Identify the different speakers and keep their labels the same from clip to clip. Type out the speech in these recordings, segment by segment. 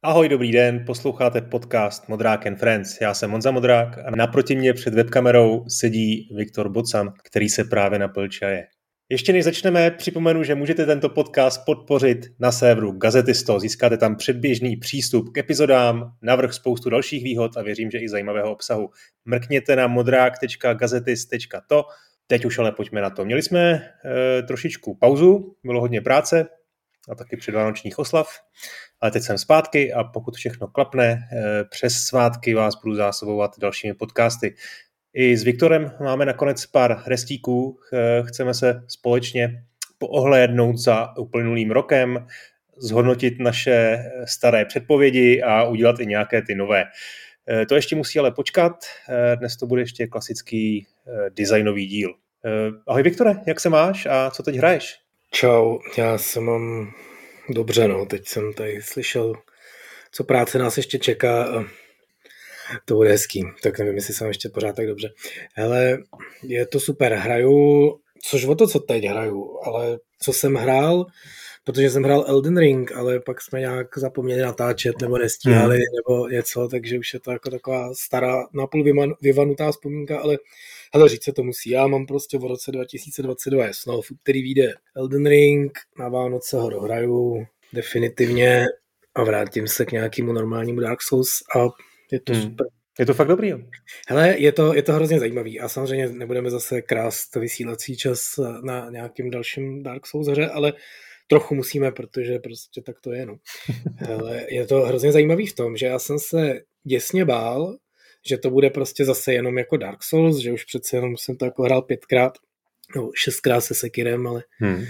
Speaker 1: Ahoj, dobrý den, posloucháte podcast Modrák and Friends. Já jsem Honza Modrák a naproti mě před webkamerou sedí Viktor Bocan, který se právě napil čaje. Ještě než začneme, připomenu, že můžete tento podcast podpořit na serveru Gazetisto. Získáte tam předběžný přístup k epizodám, navrch spoustu dalších výhod a věřím, že i zajímavého obsahu. Mrkněte na modrák.gazetist.to. Teď už ale pojďme na to. Měli jsme trošičku pauzu, bylo hodně práce a taky předvánočních oslav. Ale teď jsem zpátky a pokud všechno klapne, přes svátky vás budu zásobovat dalšími podcasty. I s Viktorem máme nakonec pár restíků. Chceme se společně poohlédnout za uplynulým rokem, zhodnotit naše staré předpovědi a udělat i nějaké ty nové. To ještě musí ale počkat. Dnes to bude ještě klasický designový díl. Ahoj Viktore, jak se máš a co teď hraješ?
Speaker 2: Čau, já se mám dobře, teď jsem tady slyšel, co práce nás ještě čeká a to bude hezký, tak nevím, jestli jsem ještě pořád tak dobře. Hele, je to super, hraju, což o to, co teď hraju, ale co jsem hrál, protože jsem hrál Elden Ring, ale pak jsme nějak zapomněli natáčet nebo nestíhali nebo něco, takže už je to jako taková stará, napůl vyvanutá vzpomínka, ale říct se to musí. Já mám prostě v roce 2022 jasno, v úterý vyjde Elden Ring, na Vánoce ho dohraju definitivně a vrátím se k nějakému normálnímu Dark Souls a je to super.
Speaker 1: Je to fakt dobrý, jo?
Speaker 2: Hele, je to hrozně zajímavý a samozřejmě nebudeme zase krást vysílací čas na nějakým dalším Dark Souls hře, ale trochu musíme, protože prostě tak to je, Hele, je to hrozně zajímavý v tom, že já jsem se děsně bál, že to bude prostě zase jenom jako Dark Souls, že už přece jenom jsem to jako hrál 5krát, no 6krát se Sekirem, ale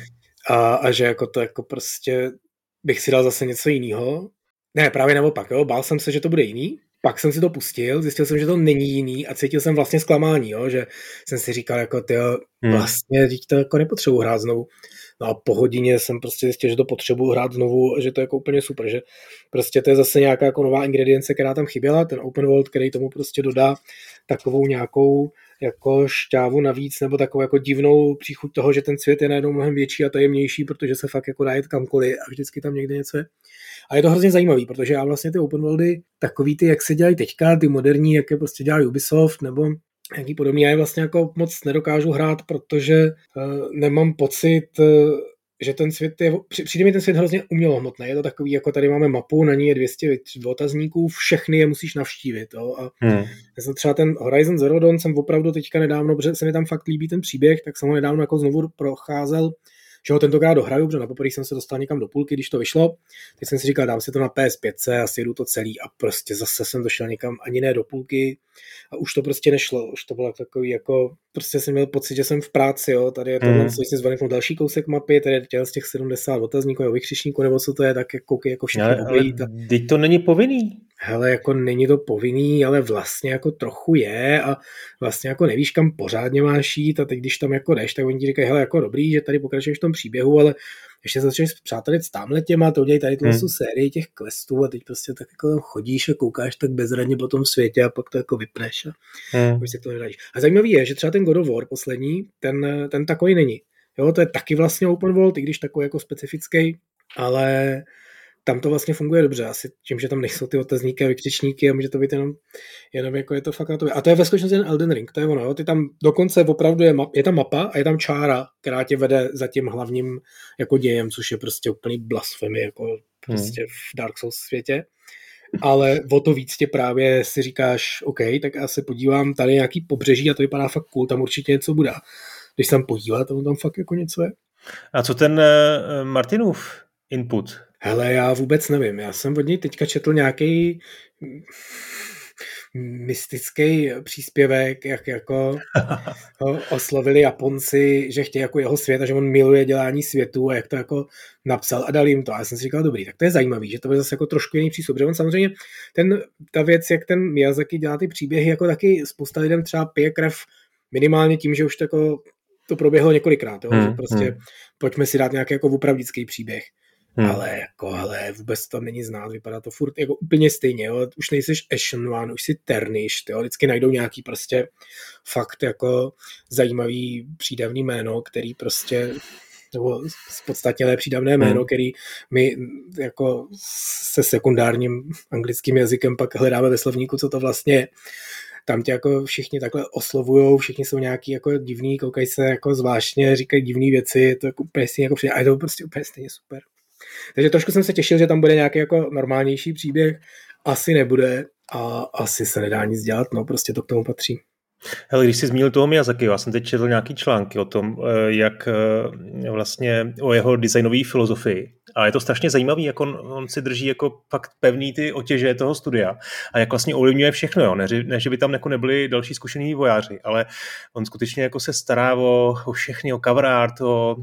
Speaker 2: a že jako to jako prostě bych si dal zase něco jiného. Ne, právě naopak, jo, bál jsem se, že to bude jiný, pak jsem si to pustil, zjistil jsem, že to není jiný a cítil jsem vlastně zklamání, jo, že jsem si říkal jako vlastně teď to jako nepotřebuji hrát znovu. No a po hodině jsem prostě zjistil, že to potřebuji hrát znovu, že to je jako úplně super, že prostě to je zase nějaká jako nová ingredience, která tam chyběla, ten open world, který tomu prostě dodá takovou nějakou jako šťávu navíc, nebo takovou jako divnou příchuť toho, že ten svět je najednou mnohem větší a tajemnější, protože se fakt jako dá jet kamkoliv a vždycky tam někde něco je. A je to hrozně zajímavý, protože já vlastně ty open worldy, takový ty, jak se dělají teďka, ty moderní, jak je prostě dělá Ubisoft, nebo jaký podobný, já je vlastně jako moc nedokážu hrát, protože nemám pocit, že ten svět je, přijde mi ten svět hrozně umělohmotný, je to takový, jako tady máme mapu, na ní je 200 otazníků, všechny je musíš navštívit, jo? A třeba ten Horizon Zero Dawn jsem opravdu teďka nedávno, protože se mi tam fakt líbí ten příběh, tak jsem ho nedávno jako znovu procházel, že ho tentokrát dohraju, protože na poprvé jsem se dostal někam do půlky, když to vyšlo. Teď jsem si říkal, dám si to na PS5 a sjedu to celý a prostě zase jsem došel někam ani ne do půlky a už to prostě nešlo. Už to bylo takový jako, prostě jsem měl pocit, že jsem v práci, jo. Tady je tohle, co si zvaneknul další kousek mapy, tady je z těch 70 otazníků nebo vykřičníků, nebo co to je, tak koukej jako všichni obejít.
Speaker 1: Teď to není povinný.
Speaker 2: Hele, jako není to povinný, ale vlastně jako trochu je a vlastně jako nevíš, kam pořádně máš jít a teď, když tam jako jdeš, tak oni ti říkají, hele, jako dobrý, že tady pokračuješ v tom příběhu, ale ještě začneš přátelit s tamhletěma, to udělají tady tu sérii těch questů a teď prostě tak jako chodíš a koukáš tak bezradně po tom světě a pak to jako vypneš a už se to nedáš. A zajímavý je, že třeba ten God of War poslední, ten takový není. Jo, to je taky vlastně open world, i když takový jako specifický, ale tam to vlastně funguje dobře, asi tím, že tam nejsou ty otazníky a vykřičníky a může to být jenom jako je to fakt na to. A to je ve skutečnosti ten Elden Ring, to je ono, jo? Ty tam dokonce opravdu je tam mapa a je tam čára, která tě vede za tím hlavním jako dějem, což je prostě úplný blasfemy, jako prostě v Dark Souls světě. Ale o to víc tě právě si říkáš, OK, tak já se podívám, tady je nějaký pobřeží a to vypadá fakt cool, tam určitě něco bude. Když se tam podívat, tam fakt jako něco je.
Speaker 1: A co ten Martinův input?
Speaker 2: Hele, já vůbec nevím. Já jsem od něj teďka četl nějaký mystický příspěvek, jak jako oslovili Japonci, že chtějí jako jeho svět a že on miluje dělání světů a jak to jako napsal a dal jim to. A já jsem si říkal, dobrý, tak to je zajímavý, že to bude zase jako trošku jiný přístup. Že on samozřejmě ta věc, jak ten Miyazaki dělá ty příběhy, jako taky spousta lidem třeba pije krev minimálně tím, že už to proběhlo několikrát. Jo? Že prostě pojďme si dát nějaký jako opravdický příběh. Ale vůbec to tam není znát, vypadá to furt jako úplně stejně, jo? Už nejseš Ashen One, už si Ternished, jo? Vždycky najdou nějaký prostě fakt jako zajímavý přídavný jméno, který prostě nebo podstatně přídavné jméno, který my jako se sekundárním anglickým jazykem pak hledáme ve slovníku, co to vlastně je. Tam tě jako všichni takhle oslovujou, všichni jsou nějaký jako divný, koukají se jako zvláštně, říkají divné věci, je to jako úplně stejně jako přijde, a je to prostě úplně stejně super. Takže trošku jsem se těšil, že tam bude nějaký jako normálnější příběh, asi nebude a asi se nedá nic dělat, no prostě to k tomu patří.
Speaker 1: Hele, když jsi zmínil toho Miyazakiho, já jsem teď četl nějaký články o tom, jak vlastně o jeho designové filozofii. A je to strašně zajímavý, jak on si drží jako fakt pevný ty otěže toho studia a jak vlastně ovlivňuje všechno. Jo? Ne, že by tam jako nebyli další zkušení vojáři, ale on skutečně jako se stará o všechny, o cover art,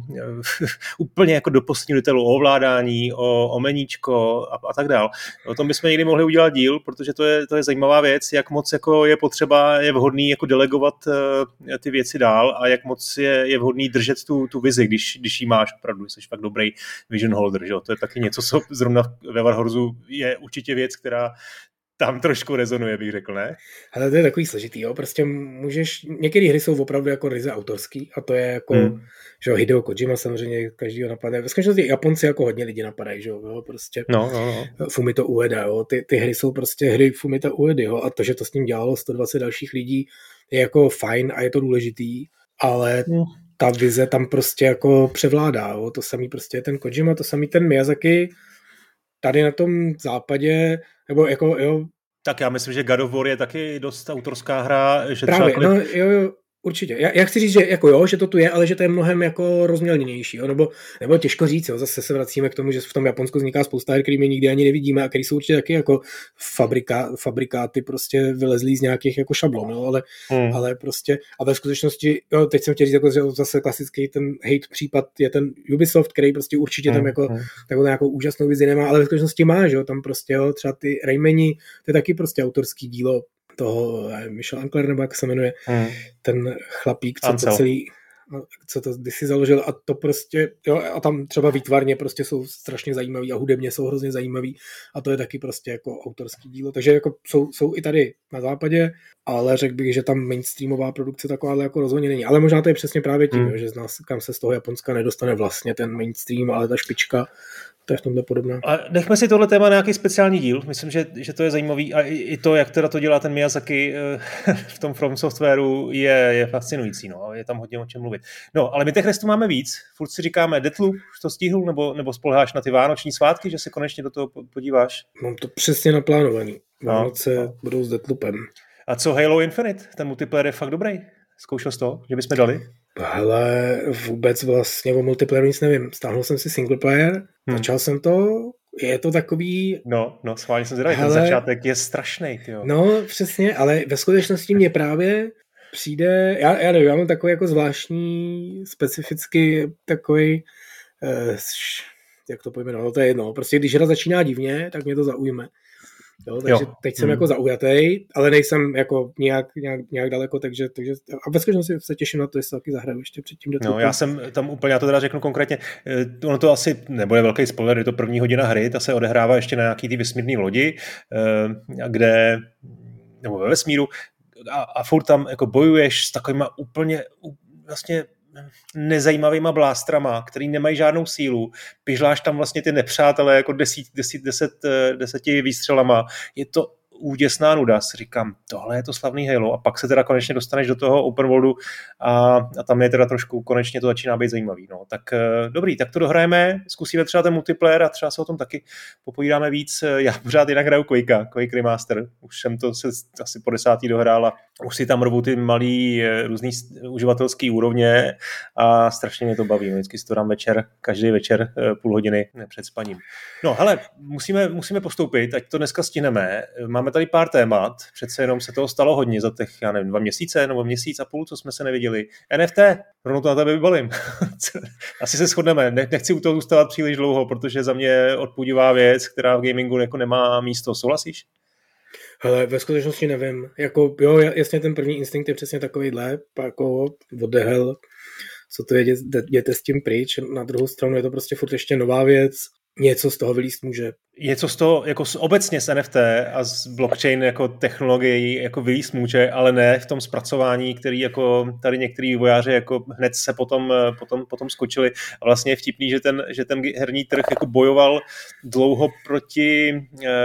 Speaker 1: úplně jako do posledního detailu, o ovládání, o meníčko a tak dál. O tom bychom někdy mohli udělat díl, protože to je zajímavá věc, jak moc jako je potřeba, je vhodný jako delegovat ty věci dál a jak moc je vhodný držet tu vizi, když jí máš opravdu, jsi fakt dobrý vision holder. Že? To je taky něco, co zrovna ve Warhorsu je určitě věc, která tam trošku rezonuje, bych řekl, ne?
Speaker 2: Ale to je takový složitý, jo, prostě některé hry jsou opravdu jako ryze autorský a to je jako, že Hideo Kojima samozřejmě každýho napadne, ve skutečnosti Japonci jako hodně lidi napadají, že jo, prostě
Speaker 1: no.
Speaker 2: Fumito Ueda, jo, ty hry jsou prostě hry Fumita Uedy, jo, a to, že to s ním dělalo 120 dalších lidí, je jako fajn a je to důležitý, ale ta vize tam prostě jako převládá, jo, to samý prostě ten Kojima, to samý ten Miyazaki, tady na tom západě, nebo jako, jo.
Speaker 1: Tak já myslím, že God of War je taky dost autorská hra. Že
Speaker 2: právě,
Speaker 1: třeba
Speaker 2: jo, určitě. Já chci říct, že jako jo, že to tu je, ale že to je mnohem jako rozmělněnější, jo, nebo těžko říct, jo, zase se vracíme k tomu, že v tom Japonsku vzniká spousta her, který my nikdy ani nevidíme a který jsou určitě taky jako fabrikáty prostě vylezlí z nějakých jako šablon, jo, ale prostě, a ve skutečnosti, jo, teď jsem chtěl říct, jako, že zase klasický ten hate případ je ten Ubisoft, který prostě určitě tam jako takovou nějakou úžasnou vizi nemá, ale ve skutečnosti má, že jo, tam prostě, jo, třeba ty Raymani, to je taky prostě autorský dílo toho Michel Ankler, nebo jak se jmenuje, ten chlapík, co to kdysi založil a to prostě, jo, a tam třeba výtvarně prostě jsou strašně zajímavý a hudebně jsou hrozně zajímavý a to je taky prostě jako autorský dílo, takže jako jsou i tady na západě, ale řekl bych, že tam mainstreamová produkce taková jako rozhodně není, ale možná to je přesně právě tím, že z nás, kam se z toho Japonska nedostane vlastně ten mainstream, ale ta špička, to je v tomhle podobná.
Speaker 1: A nechme si tohle téma nějaký speciální díl. Myslím, že to je zajímavý a i to, jak teda to dělá ten Miyazaki v tom From Softwareu je fascinující. No. Je tam hodně o čem mluvit. No, ale my těch restů máme víc. Furt si říkáme, Deathloop, už to stihl, nebo spoléháš na ty vánoční svátky, že se konečně do toho podíváš?
Speaker 2: Mám to přesně naplánovaný. Vánoce budou s Deathloopem.
Speaker 1: A co Halo Infinite? Ten multiplayer je fakt dobrý. Zkoušel jsi to, že bychom dali?
Speaker 2: Hele, vůbec vlastně o multiplayeru nic nevím. Stáhnul jsem si single player, začal jsem to, je to takový...
Speaker 1: No, schválně jsem zvědavý, ten začátek je strašnej, tyjo.
Speaker 2: No, přesně, ale ve skutečnosti mě právě přijde, já nevím, já mám takový jako zvláštní, specificky takový, jak to pojmenovat, no to je jedno, prostě když hra začíná divně, tak mě to zaujme. Jo, takže teď jsem jako zaujatý, ale nejsem jako nějak daleko, takže a ve skutečnosti se těším na to, jestli taky zahraju ještě předtím.
Speaker 1: No, já jsem tam úplně, já to teda řeknu konkrétně, ono to asi nebude velký spoiler, je to první hodina hry, ta se odehrává ještě na nějaký ty vesmírný lodi, kde, nebo ve vesmíru, a furt tam jako bojuješ s takovýma úplně vlastně nezajímavýma blástrama, který nemají žádnou sílu. Pižláš tam vlastně ty nepřátelé jako 10 výstřelama. Je to úděsná nuda. Si říkám, tohle je to slavný Halo a pak se teda konečně dostaneš do toho open worldu a tam je teda trošku konečně to začíná být zajímavý. No. Tak dobrý, tak to dohrajeme, zkusíme třeba ten multiplayer a třeba se o tom taky popovídáme víc. Já pořád jinak hraju Quake Remaster. Už jsem to asi po 10. dohrál a už si tam rvou ty malý různý uživatelský úrovně a strašně mě to baví. Vždycky si to dám každý večer půl hodiny před spaním. No hele, musíme postoupit, ať to dneska stihneme. Máme tady pár témat, přece jenom se toho stalo hodně za těch, 2 měsíce nebo měsíc a půl, co jsme se neviděli. NFT, rovnou to na tebe vybalím. Asi se shodneme, nechci u toho zůstávat příliš dlouho, protože za mě odpudivá věc, která v gamingu jako nemá místo. Souhlasíš?
Speaker 2: Hele, ve skutečnosti nevím. Jako, jo, jasně ten první instinkt je přesně takovýhle, jako what the hell, co to je, jděte s tím pryč. Na druhou stranu je to prostě furt ještě nová věc. něco z toho vylíst může.
Speaker 1: Něco z toho, jako obecně z NFT a z blockchain jako technologií jako vylíst může, ale ne v tom zpracování, který jako tady některý vývojáři jako hned se potom skočili. A vlastně je vtipný, že ten herní trh jako bojoval dlouho proti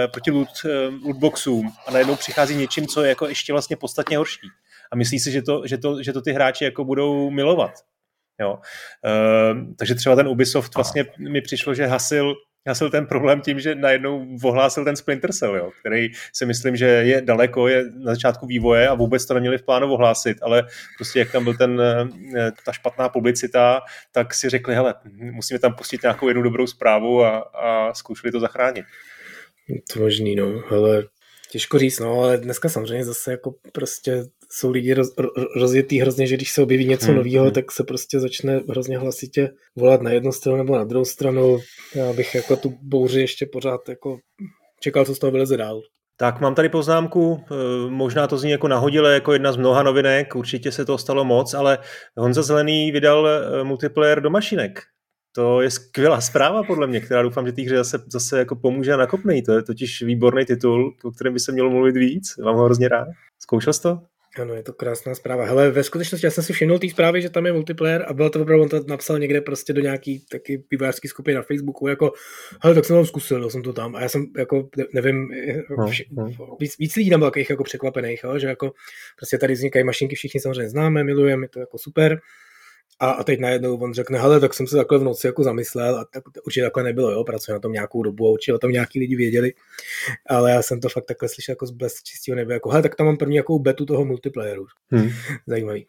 Speaker 1: lootboxům a najednou přichází něčím, co je jako ještě vlastně podstatně horší. A myslí si, že to ty hráči jako budou milovat. Jo. Takže třeba ten Ubisoft vlastně mi přišlo, že hasil ten problém tím, že najednou ohlásil ten Splinter Cell, jo, který si myslím, že je daleko, je na začátku vývoje a vůbec to neměli v plánu ohlásit, ale prostě jak tam byl ta špatná publicita, tak si řekli, hele, musíme tam pustit nějakou jednu dobrou zprávu a zkoušeli to zachránit.
Speaker 2: To možný, no, ale těžko říct, no, ale dneska samozřejmě zase jako prostě jsou lidi rozjetý hrozně, že když se objeví něco nového, tak se prostě začne hrozně hlasitě volat na jednu stranu nebo na druhou stranu. Já bych jako tu bouři ještě pořád jako čekal, co z toho vyleze dál.
Speaker 1: Tak mám tady poznámku, možná to zní jako nahodile, jako jedna z mnoha novinek, určitě se toho stalo moc, ale Honza Zelený vydal multiplayer do mašinek. To je skvělá zpráva podle mě, která doufám, že té hře zase jako pomůže a nakopne. To je totiž výborný titul, o kterém by se mělo mluvit víc. Mám ho hrozně rád. Zkoušel jsi to?
Speaker 2: Ano, je to krásná zpráva. Hele, ve skutečnosti já jsem si všimnul té zprávy, že tam je multiplayer a bylo to opravdu, on to napsal někde prostě do nějaký taky vývojářský skupiny na Facebooku, jako, hele, tak jsem to zkusil, jsem to tam. A já jsem jako, nevím, víc lidí tam bylo takových jako překvapených, že jako prostě tady vznikají mašinky, všichni samozřejmě známe, milujeme, je to jako super. A teď najednou on řekne, hele, tak jsem se takhle v noci jako zamyslel a tak, určitě takhle nebylo, jo, pracuji na tom nějakou dobu a určitě o tom nějaký lidi věděli, ale já jsem to fakt takhle slyšel jako z blesk čistého nebe, jako hele, tak tam mám první jakou betu toho multiplayeru. Zajímavý.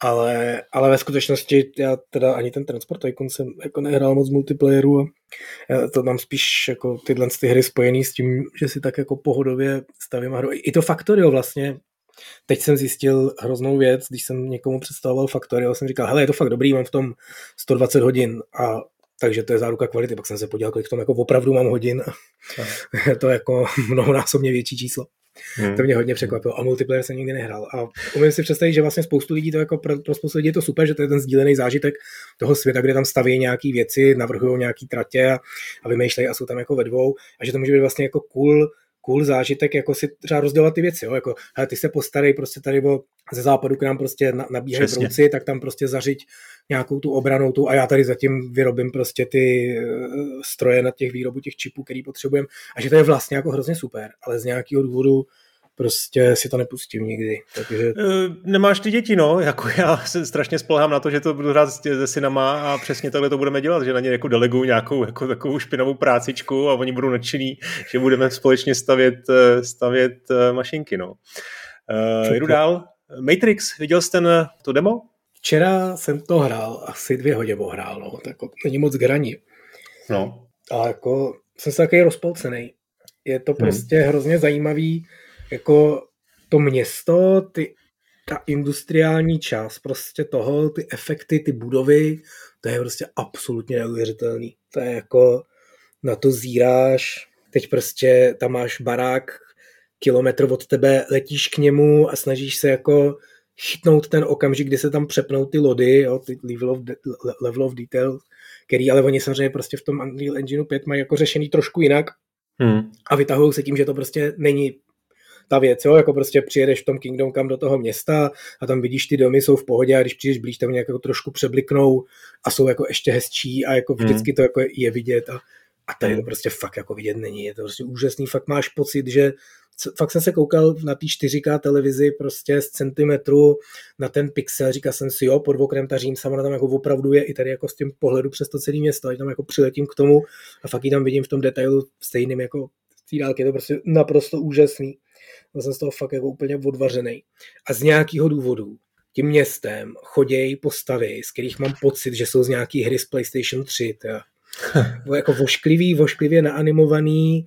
Speaker 2: Ale ve skutečnosti já teda ani ten Transport Tycoon jsem jako nehrál moc multiplayeru a to mám spíš jako tyhle ty hry spojený s tím, že si tak jako pohodově stavím a hru. I to Factorio vlastně. Teď jsem zjistil hroznou věc, když jsem někomu představoval Factorio, jsem říkal, hele, je to fakt dobrý, mám v tom 120 hodin a takže to je záruka kvality, pak jsem se podíval, kolik v tom jako opravdu mám hodin a je to jako mnohonásobně větší číslo. To mě hodně překvapilo a multiplayer jsem nikdy nehrál a umím si představit, že vlastně spoustu lidí to jako pro spoustu lidí je to super, že to je ten sdílený zážitek toho světa, kde tam staví nějaký věci, navrhují nějaký tratě a vymýšlejí a jsou tam jako ve dvou a že to může být vlastně jako cool zážitek, jako si třeba rozdělat ty věci, jo? Jako, hele, ty se postarej prostě tady ze západu k nám prostě nabíhají brouci, tak tam prostě zařiď nějakou tu obranou tu a já tady zatím vyrobím prostě ty stroje na těch výrobu těch čipů, který potřebujeme a že to je vlastně jako hrozně super, ale z nějakého důvodu prostě si to nepustím nikdy. Takže...
Speaker 1: Nemáš ty děti, no, jako já se strašně spolehám na to, že to budu hrát se synama a přesně takhle to budeme dělat, že na ně jako deleguju nějakou jako takovou špinavou prácičku a oni budou nadšení, že budeme společně stavět mašinky, no. Jdu dál. Matrix, viděl jsi to demo?
Speaker 2: Včera jsem to hrál, asi 2 hodiny hrál, no, tak není moc k hraní.
Speaker 1: No.
Speaker 2: A jako jsem se takový rozpolcený. Je to prostě hrozně zajímavý, jako to město, ta industriální část prostě toho, ty efekty, ty budovy, to je prostě absolutně neuvěřitelný. To je jako, na to zíráš, teď prostě tam máš barák, kilometr od tebe, letíš k němu a snažíš se jako chytnout ten okamžik, kdy se tam přepnou ty lody, jo, ty level of detail, který ale oni samozřejmě prostě v tom Unreal Engineu 5 mají jako řešený trošku jinak a vytahují se tím, že to prostě není ta věc, jo, jako prostě přijedeš v tom Kingdom Come do toho města a tam vidíš ty domy, jsou v pohodě a když přijdeš blíž, tam nějak jako trošku přebliknou a jsou jako ještě hezčí a jako vždycky to jako je vidět a tady to prostě fakt jako vidět není, je to prostě úžasný, fakt máš pocit, že fakt jsem se koukal na té 4K televizi prostě z centimetru na ten pixel, říkal jsem si, jo, pod oknem ta Řím sama tam jako opravdu je i tady jako s tím pohledu přes to celé město, a tam jako přiletím k tomu a fakt ji tam vidím v tom detailu stejným jako v té dálky, je to prostě naprosto úžasný. Já jsem z toho fakt jako úplně odvařenej. A z nějakého důvodu tím městem chodějí postavy, z kterých mám pocit, že jsou z nějaký hry z PlayStation 3. Jako vošklivě naanimovaný,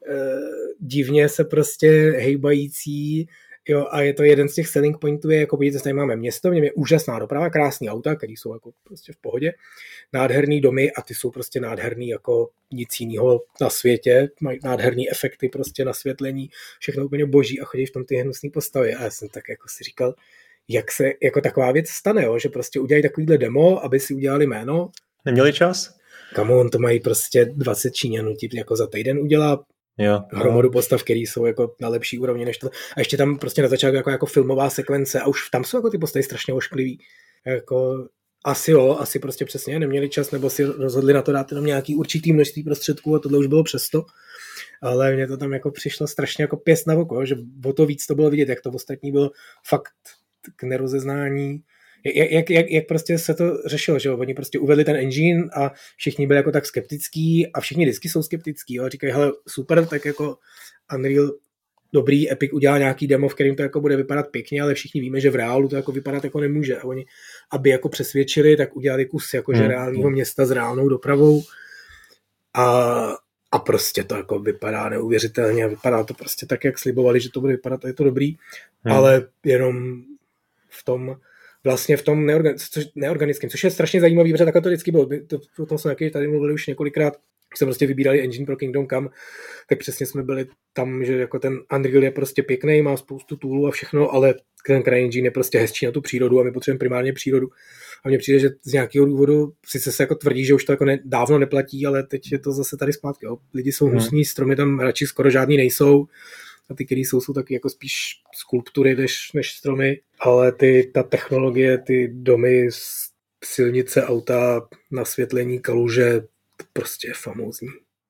Speaker 2: divně se prostě hejbající, jo, a je to jeden z těch selling pointů, je jako vidíte, tady máme město, v něm je úžasná doprava, krásný auta, které jsou jako prostě v pohodě, nádherný domy a ty jsou prostě nádherný jako nic jiného na světě, mají nádherný efekty prostě nasvětlení, všechno úplně boží a chodí v tom ty hnusný postavy a já jsem tak jako si říkal, jak se jako taková věc stane, jo, že prostě udělají takovýhle demo, aby si udělali jméno.
Speaker 1: Neměli čas?
Speaker 2: Kamo, on to mají prostě 20 Číňanů, ti jako za týden udělá hromadu postav, který jsou jako na lepší úrovni než to. A ještě tam prostě na začátku jako filmová sekvence a už tam jsou jako ty postavy strašně ošklivý. Jako asi prostě přesně neměli čas, nebo si rozhodli na to dát jenom nějaký určitý množství prostředků a tohle už bylo přesto. Ale mně to tam jako přišlo strašně jako pěst na oko, že o to víc to bylo vidět, jak to ostatní bylo fakt k nerozeznání. Jak prostě se to řešilo, že oni prostě uvedli ten engine a všichni byli jako tak skeptický a všichni vždycky jsou skeptický, ale říkají, hele, super, tak jako Unreal dobrý, Epic udělá nějaký demo, v kterým to jako bude vypadat pěkně, ale všichni víme, že v reálu to jako vypadat jako nemůže a oni, aby jako přesvědčili, tak udělali kus jakože reálního města s reálnou dopravou a prostě to jako vypadá neuvěřitelně a vypadá to prostě tak, jak slibovali, že to bude vypadat a je to dobrý, ale jenom v tom neorganickém, což je strašně zajímavý, protože takhle to vždycky bylo. O tom jsme taky tady mluvili už několikrát, když jsme prostě vybírali engine pro Kingdom Come, tak přesně jsme byli tam, že jako ten Unreal je prostě pěkný, má spoustu toolů a všechno, ale ten CryEngine je prostě hezčí na tu přírodu a my potřebujeme primárně přírodu. A mně přijde, že z nějakého důvodu sice se jako tvrdí, že už to jako dávno neplatí, ale teď je to zase tady zpátky. Jo. Lidi jsou hnusní, stromy tam radši skoro žádný nejsou. A ty, který jsou taky jako spíš skulptury než stromy, ale ta technologie, ty domy, silnice, auta, nasvětlení, kaluže, to prostě je famózní.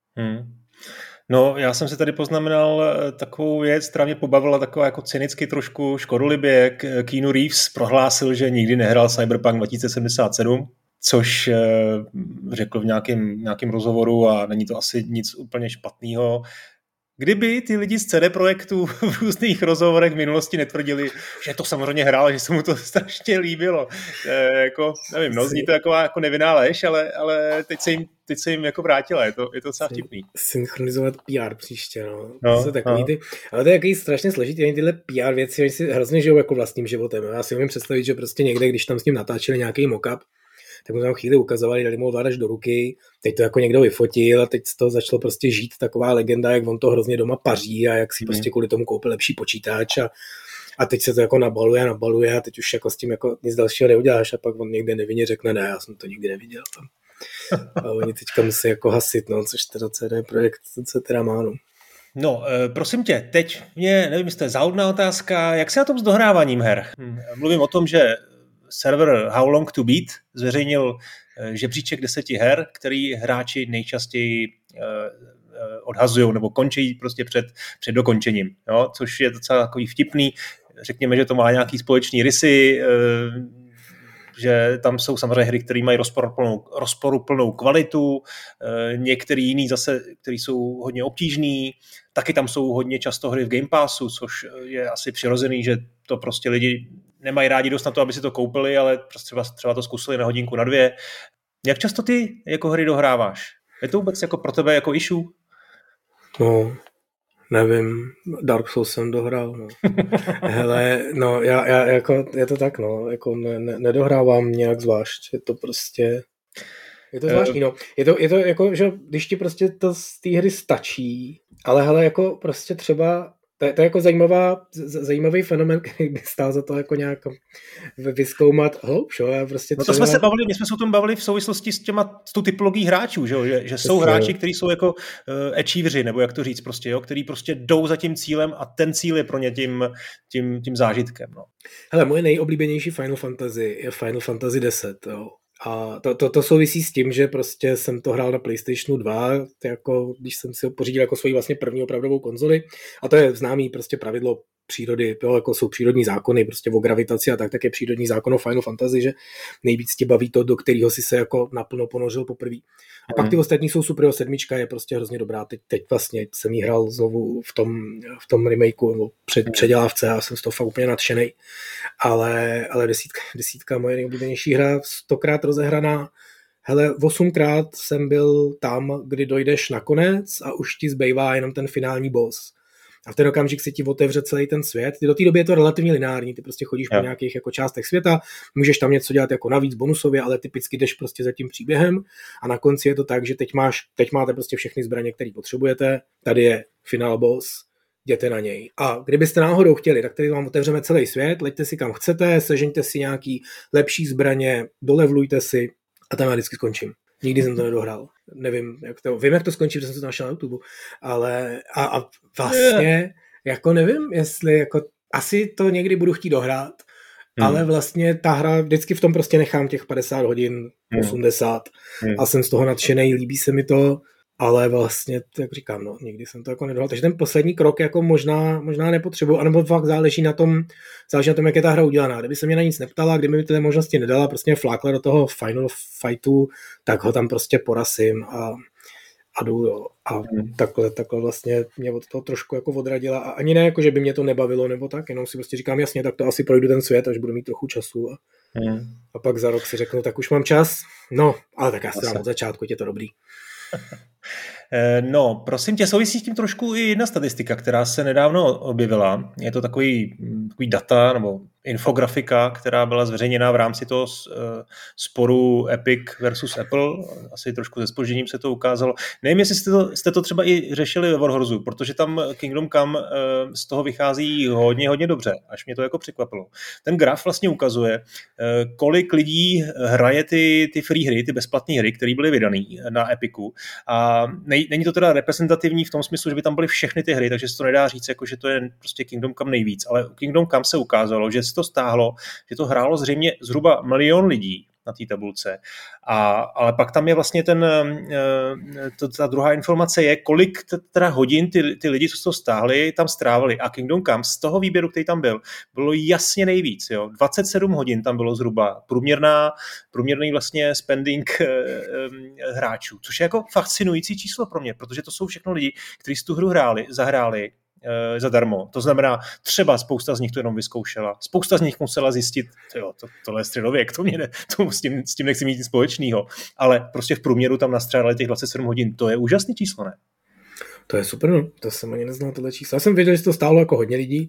Speaker 1: No, já jsem si tady poznamenal takovou věc, která mě pobavila taková jako cynicky trošku škodolibě. Keanu Reeves prohlásil, že nikdy nehrál Cyberpunk 2077, což řekl v nějakém rozhovoru a není to asi nic úplně špatného. Kdyby ty lidi z CD Projektu v různých rozhovorech v minulosti netvrdili, že to samozřejmě hrál, že se mu to strašně líbilo. Jako, nevím, no, zní to jako nevinná lež, ale teď se jim jako vrátila, je to docela vtipný.
Speaker 2: Synchronizovat PR příště, no. To takový ale to je jaký strašně složitý, tyhle PR věci, oni si hrozně žijou jako vlastním životem. Já si umím představit, že prostě někde, když tam s ním natáčeli nějaký mock-up, tak mu tam chvíli ukazovali, dali mu ovládač do ruky, teď to jako někdo vyfotil a teď to začalo prostě žít taková legenda, jak on to hrozně doma paří a jak si prostě kvůli tomu koupil lepší počítač a teď se to jako nabaluje a teď už jako s tím jako nic dalšího neuděláš a pak on někde nevinně řekne, ne, já jsem to nikdy neviděl. A oni teďka musí jako hasit, no, což teda CD Projekt se teda má, no.
Speaker 1: No, prosím tě, teď nevím, jestli to je záhodná otázka, jak se na tom s dohráváním her? Mluvím o tom, že server How Long to Beat zveřejnil žebříček 10 her, který hráči nejčastěji odhazují nebo končí prostě před dokončením, jo? Což je docela takový vtipný. Řekněme, že to má nějaký společný rysy, že tam jsou samozřejmě hry, které mají rozporuplnou kvalitu, některé jiný zase, které jsou hodně obtížný, taky tam jsou hodně často hry v Game Passu, což je asi přirozený, že to prostě lidi nemají rádi dost na to, aby si to koupili, ale prostě třeba to zkusili na hodinku, na 2. Jak často ty jako hry dohráváš? Je to vůbec jako pro tebe jako issue?
Speaker 2: No, nevím. Dark Souls jsem dohrál, no. Hele, no, já jako, je to tak, no, jako nedohrávám nějak zvlášť, je to prostě, je to zvláštní, no. Je to jako, že když ti prostě to z té hry stačí, ale hele, jako prostě třeba to je jako zajímavý fenomén, který by stál za to jako nějak vyzkoumat hloubš. Prostě
Speaker 1: no to jsme se o tom bavili v souvislosti s tou typologií hráčů, že jsou hráči, kteří jsou jako achieveri, nebo jak to říct, prostě, jo, který prostě jdou za tím cílem a ten cíl je pro ně tím zážitkem. No.
Speaker 2: Hele, moje nejoblíbenější Final Fantasy je Final Fantasy 10, jo. A to souvisí s tím, že prostě jsem to hrál na PlayStationu 2, jako když jsem si ho pořídil jako svoji vlastně první opravdovou konzoli. A to je známý prostě pravidlo přírody, jo, jako jsou přírodní zákony prostě o gravitaci a tak je přírodní zákon o Final Fantasy, že nejvíc tě baví to, do kterého si se jako naplno ponořil poprvé. A pak ty ostatní jsou super, 7 je prostě hrozně dobrá. Teď vlastně jsem jí hrál znovu v tom remakeu nebo předělávce a jsem z toho fakt úplně nadšenej. Ale desítka moje nejoblíbenější hra, 100krát rozehraná. Hele, 8krát jsem byl tam, kdy dojdeš nakonec a už ti zbývá jenom ten finální boss. A v ten okamžik se ti otevře celý ten svět. Do té doby je to relativně lineární, ty prostě chodíš po nějakých jako částech světa, můžeš tam něco dělat jako navíc bonusově, ale typicky jdeš prostě za tím příběhem a na konci je to tak, že teď máte prostě všechny zbraně, které potřebujete, tady je final boss, jděte na něj. A kdybyste náhodou chtěli, tak tady vám otevřeme celý svět, leďte si kam chcete, sežeňte si nějaký lepší zbraně, dolevlujte si a tam já vždycky skončím. Nikdy jsem to nedohrál. Nevím, jak to skončí, protože jsem to našel na YouTube, ale a vlastně jako nevím, jestli jako asi to někdy budu chtít dohrát, ale vlastně ta hra vždycky v tom prostě nechám těch 50 hodin, 80 a jsem z toho nadšenej, líbí se mi to, ale vlastně, jak říkám, no, nikdy jsem to jako nedohrál. Takže ten poslední krok jako možná nepotřebuji, anebo fakt záleží na tom, jak je ta hra udělaná. Kdyby se mě na nic neptala, kdyby mi ty možnosti nedala, prostě mě flákla do toho final fightu, tak ho tam prostě porasím a jdu, jo. A takhle vlastně mě od toho trošku jako odradila. A ani ne, jako, že by mě to nebavilo nebo tak, jenom si prostě říkám, jasně, tak to asi projdu ten svět, až budu mít trochu času. A pak za rok si řeknu, tak už mám čas. No, ale tak já si dám od začátku, je to dobrý.
Speaker 1: No, prosím tě, souvisí s tím trošku i jedna statistika, která se nedávno objevila. Je to takový data nebo infografika, která byla zveřejněna v rámci toho sporu Epic versus Apple. Asi trošku se zpožděním se to ukázalo. Nevím, jestli jste to třeba i řešili ve Warhorsu, protože tam Kingdom Come z toho vychází hodně dobře, až mě to jako překvapilo. Ten graf vlastně ukazuje, kolik lidí hraje ty free hry, ty bezplatné hry, které byly vydané na Epicu. A není to teda reprezentativní v tom smyslu, že by tam byly všechny ty hry, takže se to nedá říct, jako, že to je prostě Kingdom Come nejvíc, ale u Kingdom Come se ukázalo, že se to stáhlo, že to hrálo zřejmě zhruba 1 milion lidí na té tabulce. Ale pak tam je vlastně ta druhá informace je, kolik teda hodin ty lidi, co se to stáhli, tam strávili. A Kingdom Come z toho výběru, který tam bylo jasně nejvíc. Jo. 27 hodin tam bylo zhruba průměrný vlastně spending hráčů, což je jako fascinující číslo pro mě, protože to jsou všechno lidi, kteří si tu hru zahráli zadarmo. To znamená, třeba spousta z nich to jenom vyzkoušela. Spousta z nich musela zjistit, tohle je středověk, s tím nechci mít nic společného. Ale prostě v průměru tam nastřádali těch 27 hodin. To je úžasný číslo, ne?
Speaker 2: To je super, no. To jsem ani neznal tohle číslo. Já jsem věděl, že to stálo jako hodně lidí,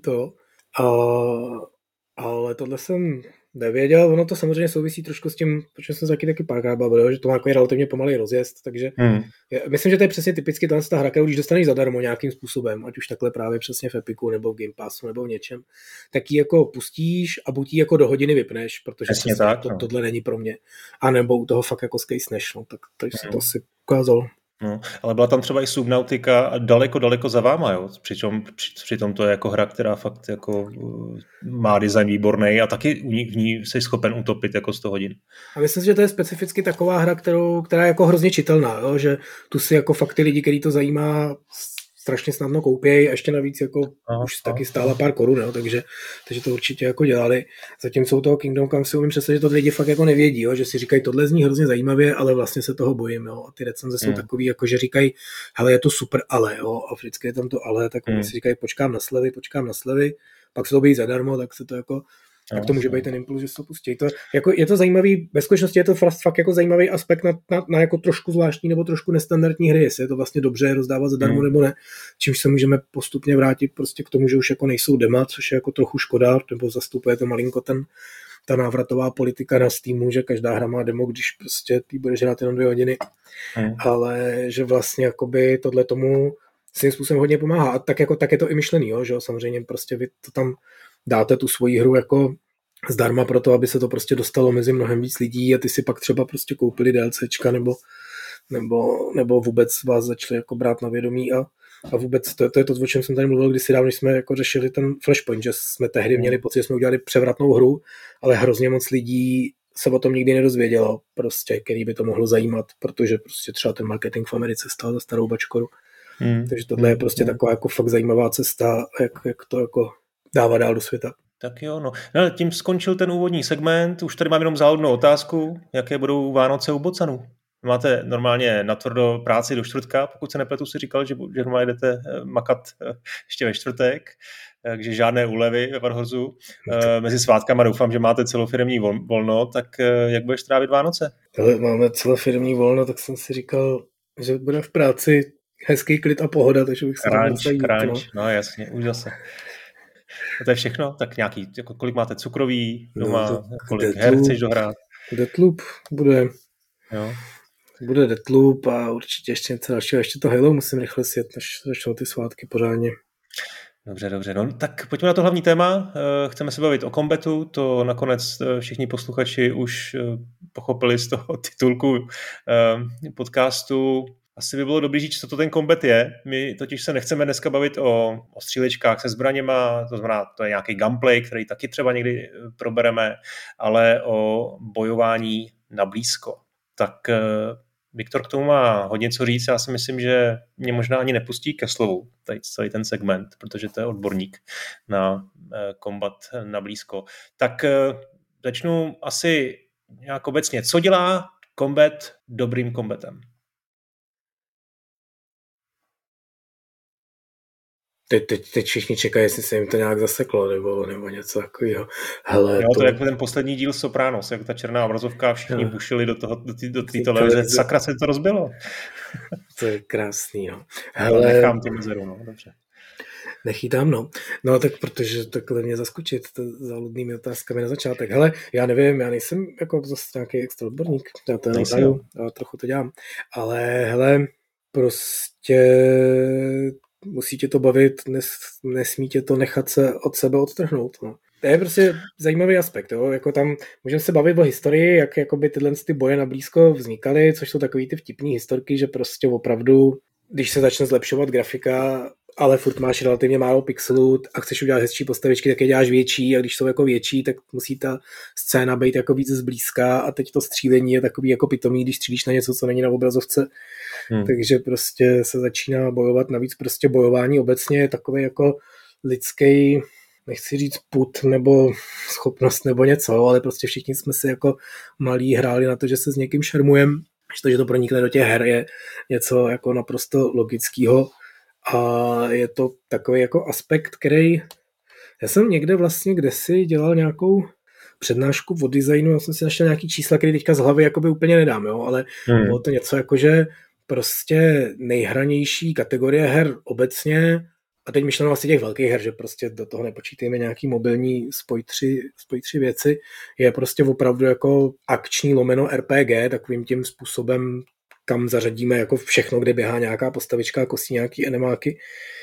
Speaker 2: ale tohle jsem nevěděl. Ono to samozřejmě souvisí trošku s tím, protože jsem se taky párkrát bavil, že to má jako relativně pomalý rozjezd, takže myslím, že to je přesně typicky ta hra, kterou když dostaneš zadarmo nějakým způsobem, ať už takhle právě přesně v Epiku, nebo v Game Passu, nebo v něčem, tak ji jako pustíš a buď ji jako do hodiny vypneš, protože tohle není pro mě. A nebo u toho fakt jako skejsneš, no, tak se to asi ukázalo.
Speaker 1: No, ale byla tam třeba i Subnautica daleko za váma, jo? Přitom to je jako hra, která fakt jako má design výborný a taky v ní jsi schopen utopit jako 100 hodin.
Speaker 2: A myslím si, že to je specificky taková hra, která je jako hrozně čitelná, jo? Že tu si jako fakt ty lidi, který to zajímá, strašně snadno koupějí a ještě navíc jako už taky stála pár korun, jo? Takže to určitě jako dělali. Zatímco u toho Kingdom Come si umím představit, že to lidi fakt jako nevědí, jo? Že si říkají, tohle zní hrozně zajímavě, ale vlastně se toho bojím. Jo? A ty recenze jsou takový, jako že říkají, hele, je to super, ale, jo? A vždycky je tam to ale, tak oni si říkají, počkám na slevy, pak se to být zadarmo, tak se to jako tak to může být ten impuls, že se to pustí. Je to zajímavý, ve skutečnosti je to fakt jako zajímavý aspekt na jako trošku zvláštní nebo trošku nestandardní hry, jestli je to vlastně dobře rozdávat zadarmo nebo ne, čímž se můžeme postupně vrátit prostě k tomu, že už jako nejsou dema, což je jako trochu škoda, nebo zastupuje to malinko ta návratová politika na Steamu, že každá hra má demo, když prostě ty budeš hrát jenom 2 hodiny, ale že vlastně jakoby tohle tomu svým způsobem hodně pomáhá. A tak je to i myšlený, jo, že samozřejmě prostě vy to tam dáte tu svoji hru jako zdarma pro to, aby se to prostě dostalo mezi mnohem víc lidí a ty si pak třeba prostě koupili DLCčka nebo vůbec vás začali jako brát na vědomí a vůbec to je to, o čem jsem tady mluvil kdysi dávno, když jsme jako řešili ten Flashpoint, že jsme tehdy měli pocit, že jsme udělali převratnou hru, ale hrozně moc lidí se o tom nikdy nedozvědělo, prostě, který by to mohlo zajímat, protože prostě třeba ten marketing v Americe stál za starou bačkoru. Takže tohle je prostě taková jako fakt zajímavá cesta, jak to jako dává dál do světa.
Speaker 1: Tak jo, no. Tím skončil ten úvodní segment, už tady mám jenom záhodnou otázku, jaké budou Vánoce u Bocanů. Máte normálně natvrdo práci do čtvrtka, pokud se nepletu, si říkal, že normálně jdete makat ještě ve čtvrtek, takže žádné úlevy ve Warhorsu. Mezi svátkama doufám, že máte celofiremní volno, tak jak budeš trávit Vánoce?
Speaker 2: Máme celofiremní volno, tak jsem si říkal, že bude v práci hezký klid a pohoda, takže bych se
Speaker 1: crunch, no jasně, úžasně. A to je všechno? Tak nějaký, jako kolik máte cukroví doma, kolik her chceš dohrát?
Speaker 2: Deathloop bude.
Speaker 1: Jo.
Speaker 2: Bude Deathloop a určitě ještě něco dalšího. Ještě to Halo musím rychle sjet, než začnou ty svátky pořádně.
Speaker 1: Dobře. No, tak pojďme na to hlavní téma. Chceme se bavit o kombatu, to nakonec všichni posluchači už pochopili z toho titulku podcastu. Asi by bylo dobré říct, co to ten kombat je. My totiž se nechceme dneska bavit o střílečkách se zbraněma, to znamená, to je nějaký gunplay, který taky třeba někdy probereme, ale o bojování na blízko. Tak Viktor k tomu má hodně co říct. Já si myslím, že mě možná ani nepustí ke slovu tady celý ten segment, protože to je odborník na kombat na blízko. Tak začnu asi nějak obecně. Co dělá kombat dobrým kombatem?
Speaker 2: Teď všichni čekají, jestli se jim to nějak zaseklo, nebo něco takového. Hele,
Speaker 1: jo, to je jako ten poslední díl Sopranos, jak ta černá obrazovka, všichni bušili do té televize. Sakra se to rozbilo.
Speaker 2: To je krásný, no.
Speaker 1: Hele, nechám tu mezeru, no, dobře.
Speaker 2: Nechytám, no. No tak protože takhle mě zaskočit záludnými otázkami na začátek. Hele, já nevím, já nejsem jako zase nějaký extra odborník, já to neznaju, já trochu to dělám, ale hele, prostě musí tě to bavit, nesmí tě to nechat se od sebe odtrhnout, no. To je prostě zajímavý aspekt, jo? Jako tam můžeme se bavit o historii, jak jakoby tyhle ty boje na blízko vznikaly, což jsou takový ty vtipný historky, že prostě opravdu, když se začne zlepšovat grafika, ale furt máš relativně málo pixelů a chceš udělat hezčí postavičky, tak je děláš větší a když jsou jako větší, tak musí ta scéna být jako víc zblízka a teď to střílení je takový jako pitomý, když střílíš na něco, co není na obrazovce. Takže prostě se začíná bojovat, navíc prostě bojování obecně je takový jako lidský, nechci říct pud nebo schopnost nebo něco, ale prostě všichni jsme si jako malí hráli na to, že se s někým šermujeme, že to pronikne do těch her je něco jako naprosto logického a je to takový jako aspekt, který já jsem někde vlastně kdesi dělal nějakou přednášku o designu, já jsem si našel nějaký čísla, který teďka z hlavy jakoby úplně nedám, jo, ale bylo to něco jako, že prostě nejhranější kategorie her obecně, a teď myšleno vlastně těch velkých her, že prostě do toho nepočítejme nějaký mobilní spoj tři věci, je prostě opravdu jako akční lomeno RPG, takovým tím způsobem, kam zařadíme jako všechno, kde běhá nějaká postavička, kosí nějaký enemáky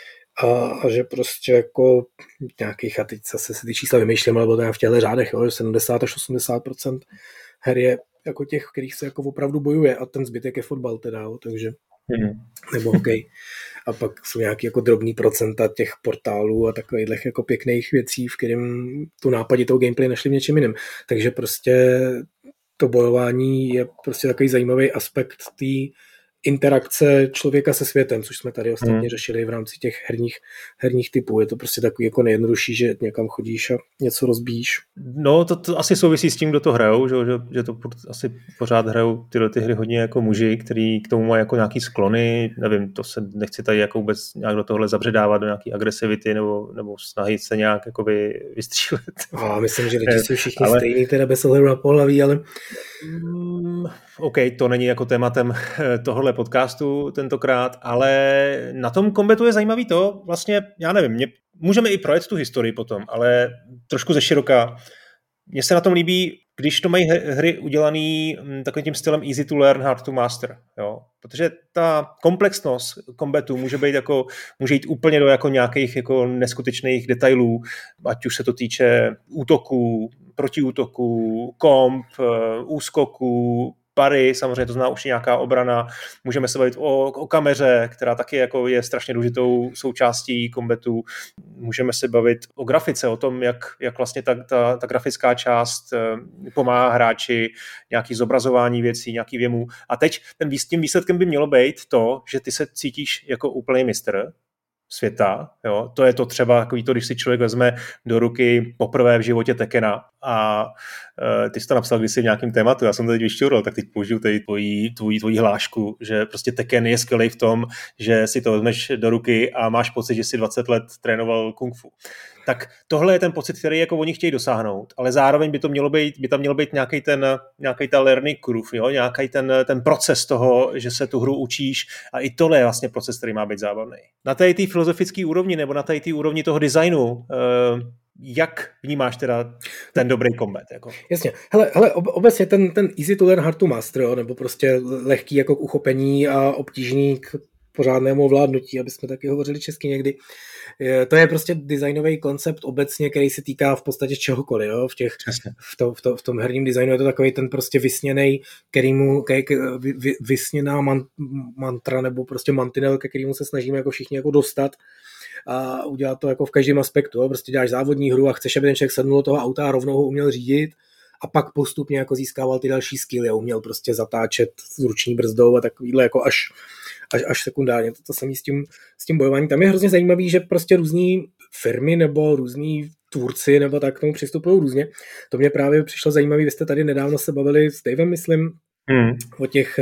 Speaker 2: a že prostě jako nějakých, a teď zase si ty čísla vymýšlím, ale bylo to v těchto řádech, jo, že 70 až 80% her je jako těch, kterých se jako opravdu bojuje a ten zbytek je fotbal teda, jo, takže nebo hokej. A pak jsou nějaký jako drobný procenta těch portálů a takových jako pěkných věcí, v kterým tu nápaditou gameplay našli v něčem jiném. Takže prostě to bojování je prostě takový zajímavý aspekt té interakce člověka se světem, což jsme tady ostatně řešili v rámci těch herních typů. Je to prostě takový jako nejjednodušší, že někam chodíš a něco rozbíjíš.
Speaker 1: No, to asi souvisí s tím, kdo to hrajou, že to asi pořád hrajou tyhle ty hry hodně jako muži, který k tomu mají jako nějaký sklony, nevím, to se nechci tady jako vůbec nějak do tohle zabředávat, do nějaký agresivity nebo snahy se nějak jakoby vystřílet.
Speaker 2: A myslím, že lidi jsou všichni stejný, teda bez ohledu na pohlaví, ale...
Speaker 1: OK, to není jako tématem tohohle podcastu tentokrát, ale na tom kombatu je zajímavý to, vlastně, já nevím, můžeme i projet tu historii potom, ale trošku ze široka. Mně se na tom líbí, když to mají hry udělaný takovým tím stylem easy to learn, hard to master, jo? Protože ta komplexnost kombatu může jít úplně do jako nějakých jako neskutečných detailů, ať už se to týče útoků, protiútoků, komp, úskoků, pary, samozřejmě to zná už nějaká obrana. Můžeme se bavit o kameře, která taky jako je strašně důležitou součástí kombatu. Můžeme se bavit o grafice, o tom, jak vlastně ta grafická část pomáhá hráči, nějaký zobrazování věcí, nějaký věmů. A teď tím výsledkem by mělo být to, že ty se cítíš jako úplný mistr světa, jo, to je to třeba takový to, když si člověk vezme do ruky poprvé v životě Tekena a ty jsi to napsal kdysi v nějakém tématu, já jsem to teď vyšťoural, tak teď použiju tady tvoji hlášku, že prostě Teken je skvělý v tom, že si to vezmeš do ruky a máš pocit, že si 20 let trénoval kung fu. Tak tohle je ten pocit, který jako oni chtějí dosáhnout, ale zároveň by tam mělo být nějaký ta learning curve, jo? Nějaký ten proces toho, že se tu hru učíš a i tohle je vlastně proces, který má být zábavný. Na té filozofické úrovni nebo na té úrovni toho designu, jak vnímáš teda ten dobrý kombat? Jako?
Speaker 2: Jasně. Hele, obecně ten easy to learn, hard to master, jo? Nebo prostě lehký jako k uchopení a obtížný k pořádnému ovládnutí, aby jsme taky hovořili česky někdy. To je prostě designový koncept obecně, který se týká v podstatě čehokoliv. Jo? V tom herním designu je to takový ten prostě vysněnej, vysněná mantra nebo prostě mantinel, ke kterému se snažíme jako všichni jako dostat a udělat to jako v každém aspektu. Jo? Prostě děláš závodní hru a chceš, aby ten člověk sednul do toho auta a rovnou ho uměl řídit a pak postupně jako získával ty další skilly a uměl prostě zatáčet s ruční brzdou a takovýhle jako až sekundárně. To samé s tím bojováním. Tam je hrozně zajímavý, že prostě různý firmy nebo různý tvůrci nebo tak k tomu přistupují různě. To mě právě přišlo zajímavé, vy jste tady nedávno se bavili s Davem, myslím, o těch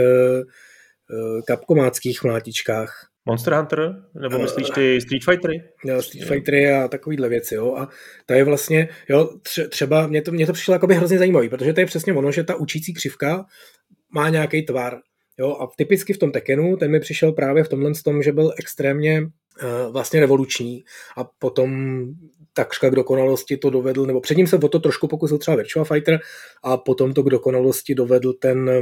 Speaker 2: kapkomáckých mlátičkách.
Speaker 1: Monster Hunter? Nebo myslíš ty Street Fightery?
Speaker 2: Jo, Street Fightery a takovýhle věci, jo. A to je vlastně, jo, třeba mě to přišlo jakoby hrozně zajímavý, protože to je přesně ono, že ta učící křivka má nějaký tvar. Jo, a typicky v tom Tekkenu, ten mi přišel právě v tomhle tom, že byl extrémně vlastně revoluční a potom takřka k dokonalosti to dovedl, nebo předtím se o to trošku pokusil třeba Virtua Fighter a potom to k dokonalosti dovedl ten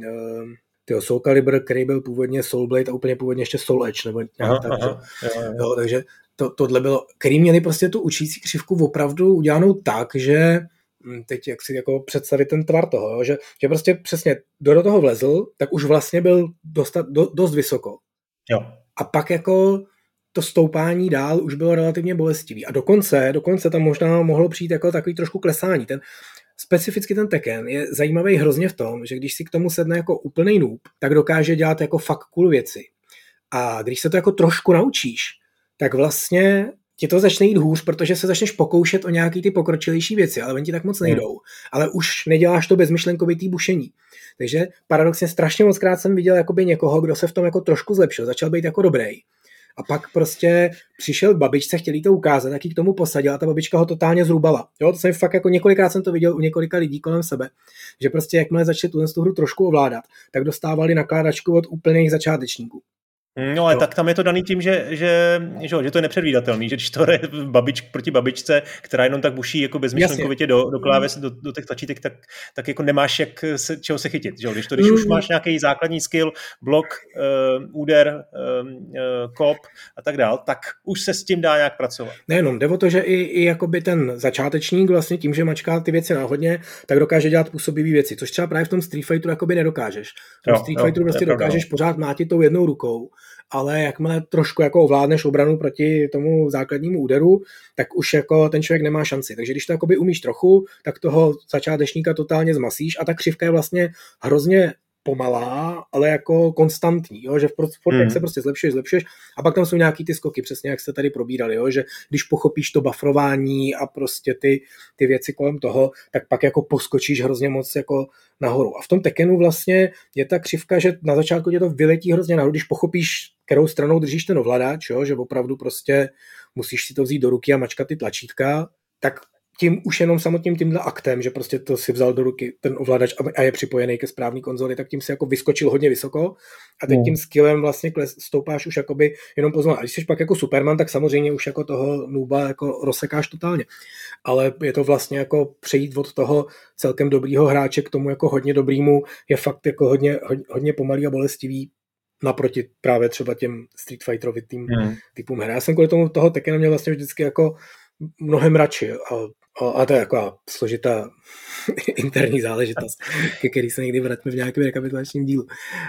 Speaker 2: Soul Calibur, který byl původně Soul Blade a úplně původně ještě Soul Edge, nebo nějak tak. Jo, takže tohle bylo, který měli prostě tu učící křivku opravdu udělanou tak, že teď jak si jako představit ten tvar toho, jo? Že prostě přesně do toho vlezl, tak už vlastně byl dost vysoko.
Speaker 1: Jo.
Speaker 2: A pak jako to stoupání dál už bylo relativně bolestivý. A dokonce tam možná mohlo přijít jako takový trošku klesání. Specificky ten Tekken je zajímavý hrozně v tom, že když si k tomu sedne jako úplnej noob, tak dokáže dělat jako fakt cool věci. A když se to jako trošku naučíš, tak vlastně ti to začne jít hůř, protože se začneš pokoušet o nějaký ty pokročilejší věci, ale oni ti tak moc nejdou. Ale už neděláš to bezmyšlenkovitý bušení. Takže paradoxně strašně mockrát jsem viděl jakoby někoho, kdo se v tom jako trošku zlepšil, začal být jako dobrý. A pak prostě přišel k babičce, chtěli to ukázat, tak ji k tomu posadil a ta babička ho totálně zrubala. Jo, to jsem fakt jako několikrát jsem to viděl u několika lidí kolem sebe, že prostě jakmile začali tu hru trošku ovládat, tak dostávali nakládačku od úplných začátečníků.
Speaker 1: No ale tak tam je to daný tím, že to je nepředvídatelný, že když to je proti babičce, která jenom tak buší jako bezmyšlenkovitě do kláves, do těch tlačítek, tak jako nemáš čeho se chytit. Že? Když už máš nějaký základní skill, blok, úder, kop a tak dál, tak už se s tím dá nějak pracovat.
Speaker 2: Nejenom, jde o to, že i jakoby ten začátečník vlastně tím, že mačká ty věci náhodně, tak dokáže dělat působivé věci, což třeba právě v tom Street Fighteru jakoby nedokážeš. V tom Street Fighteru prostě dokážeš pořád mlátit tou jednou rukou, ale jakmile trošku jako ovládneš obranu proti tomu základnímu úderu, tak už jako ten člověk nemá šanci. Takže když to jakoby umíš trochu, tak toho začátečníka totálně zmasíš a ta křivka je vlastně hrozně pomalá, ale jako konstantní, jo? Že v jak se prostě zlepšuješ a pak tam jsou nějaký ty skoky, přesně jak jste tady probírali, jo? Že když pochopíš to bufrování a prostě ty věci kolem toho, tak pak jako poskočíš hrozně moc jako nahoru. A v tom Tekkenu vlastně je ta křivka, že na začátku tě to vyletí hrozně nahoru, když pochopíš, kterou stranou držíš ten ovladač, jo? Že opravdu prostě musíš si to vzít do ruky a mačkat ty tlačítka, tak tím už jenom samotným tímhle aktem, že prostě to si vzal do ruky ten ovladač a je připojený ke správný konzoli, tak tím si jako vyskočil hodně vysoko a teď tím skillem vlastně stoupáš už jakoby jenom poznal. A když jsi pak jako Superman, tak samozřejmě už jako toho nooba jako rozsekáš totálně. Ale je to vlastně jako přejít od toho celkem dobrýho hráče k tomu jako hodně dobrýmu je fakt jako hodně pomalý a bolestivý naproti právě třeba těm Street Fighterovitým typům her. Já jsem kvůli tomu toho Tekkena měl vlastně vždycky jako mnohem radši a to je jako složitá interní záležitost, ke který se někdy vrátíme v nějakém rekapitulačním dílu.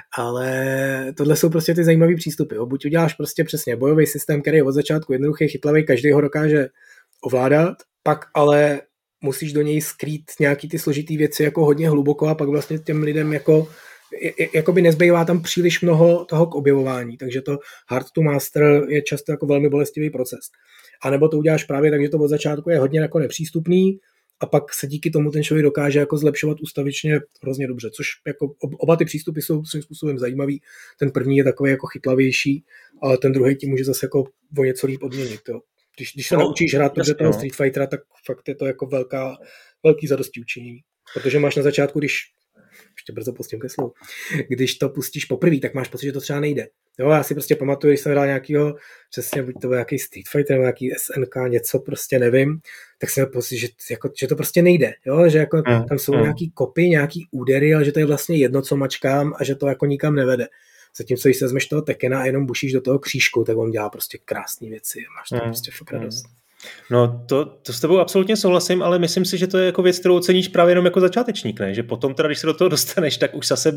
Speaker 2: Ale tohle jsou prostě ty zajímavý přístupy. Jo. Buď uděláš prostě přesně bojový systém, který je od začátku jednoduchý, chytlavý, každý ho dokáže ovládat, pak ale musíš do něj skrýt nějaký ty složitý věci jako hodně hluboko a pak vlastně těm lidem jakoby nezbývá tam příliš mnoho toho k objevování, takže to hard to master je často jako velmi bolestivý proces. A nebo to uděláš právě tak, že to od začátku je hodně jako nepřístupný a pak se díky tomu ten člověk dokáže jako zlepšovat ustavičně hrozně dobře, což jako oba ty přístupy jsou svým způsobem zajímavý. Ten první je takový jako chytlavější, ale ten druhý ti může zase jako o něco líp odměnit. Jo. Když se naučíš hrát dobře toho Street Fightera, tak fakt je to jako velký zadostiučinění. Protože máš na začátku, ještě brzo pustím ke slovu, když to pustíš poprvé, tak máš pocit, že to třeba nejde. Jo, já si prostě pamatuju, když jsem hrál nějakýho, přesně buď to byl nějaký Street Fighter, nebo nějaký SNK, něco prostě nevím, tak jsem měl pocit, že to prostě nejde. Jo, že jako tam jsou nějaký kopy, nějaký údery, ale že to je vlastně jedno, co mačkám a že to jako nikam nevede. Zatímco když se vezmeš toho Tekena a jenom bušíš do toho křížku, tak on dělá prostě krásné věci. Máš tam prostě fakt radost.
Speaker 1: No to s tebou absolutně souhlasím, ale myslím si, že to je jako věc, kterou oceníš právě jenom jako začátečník, ne? Že potom teda, když se do toho dostaneš, tak už zase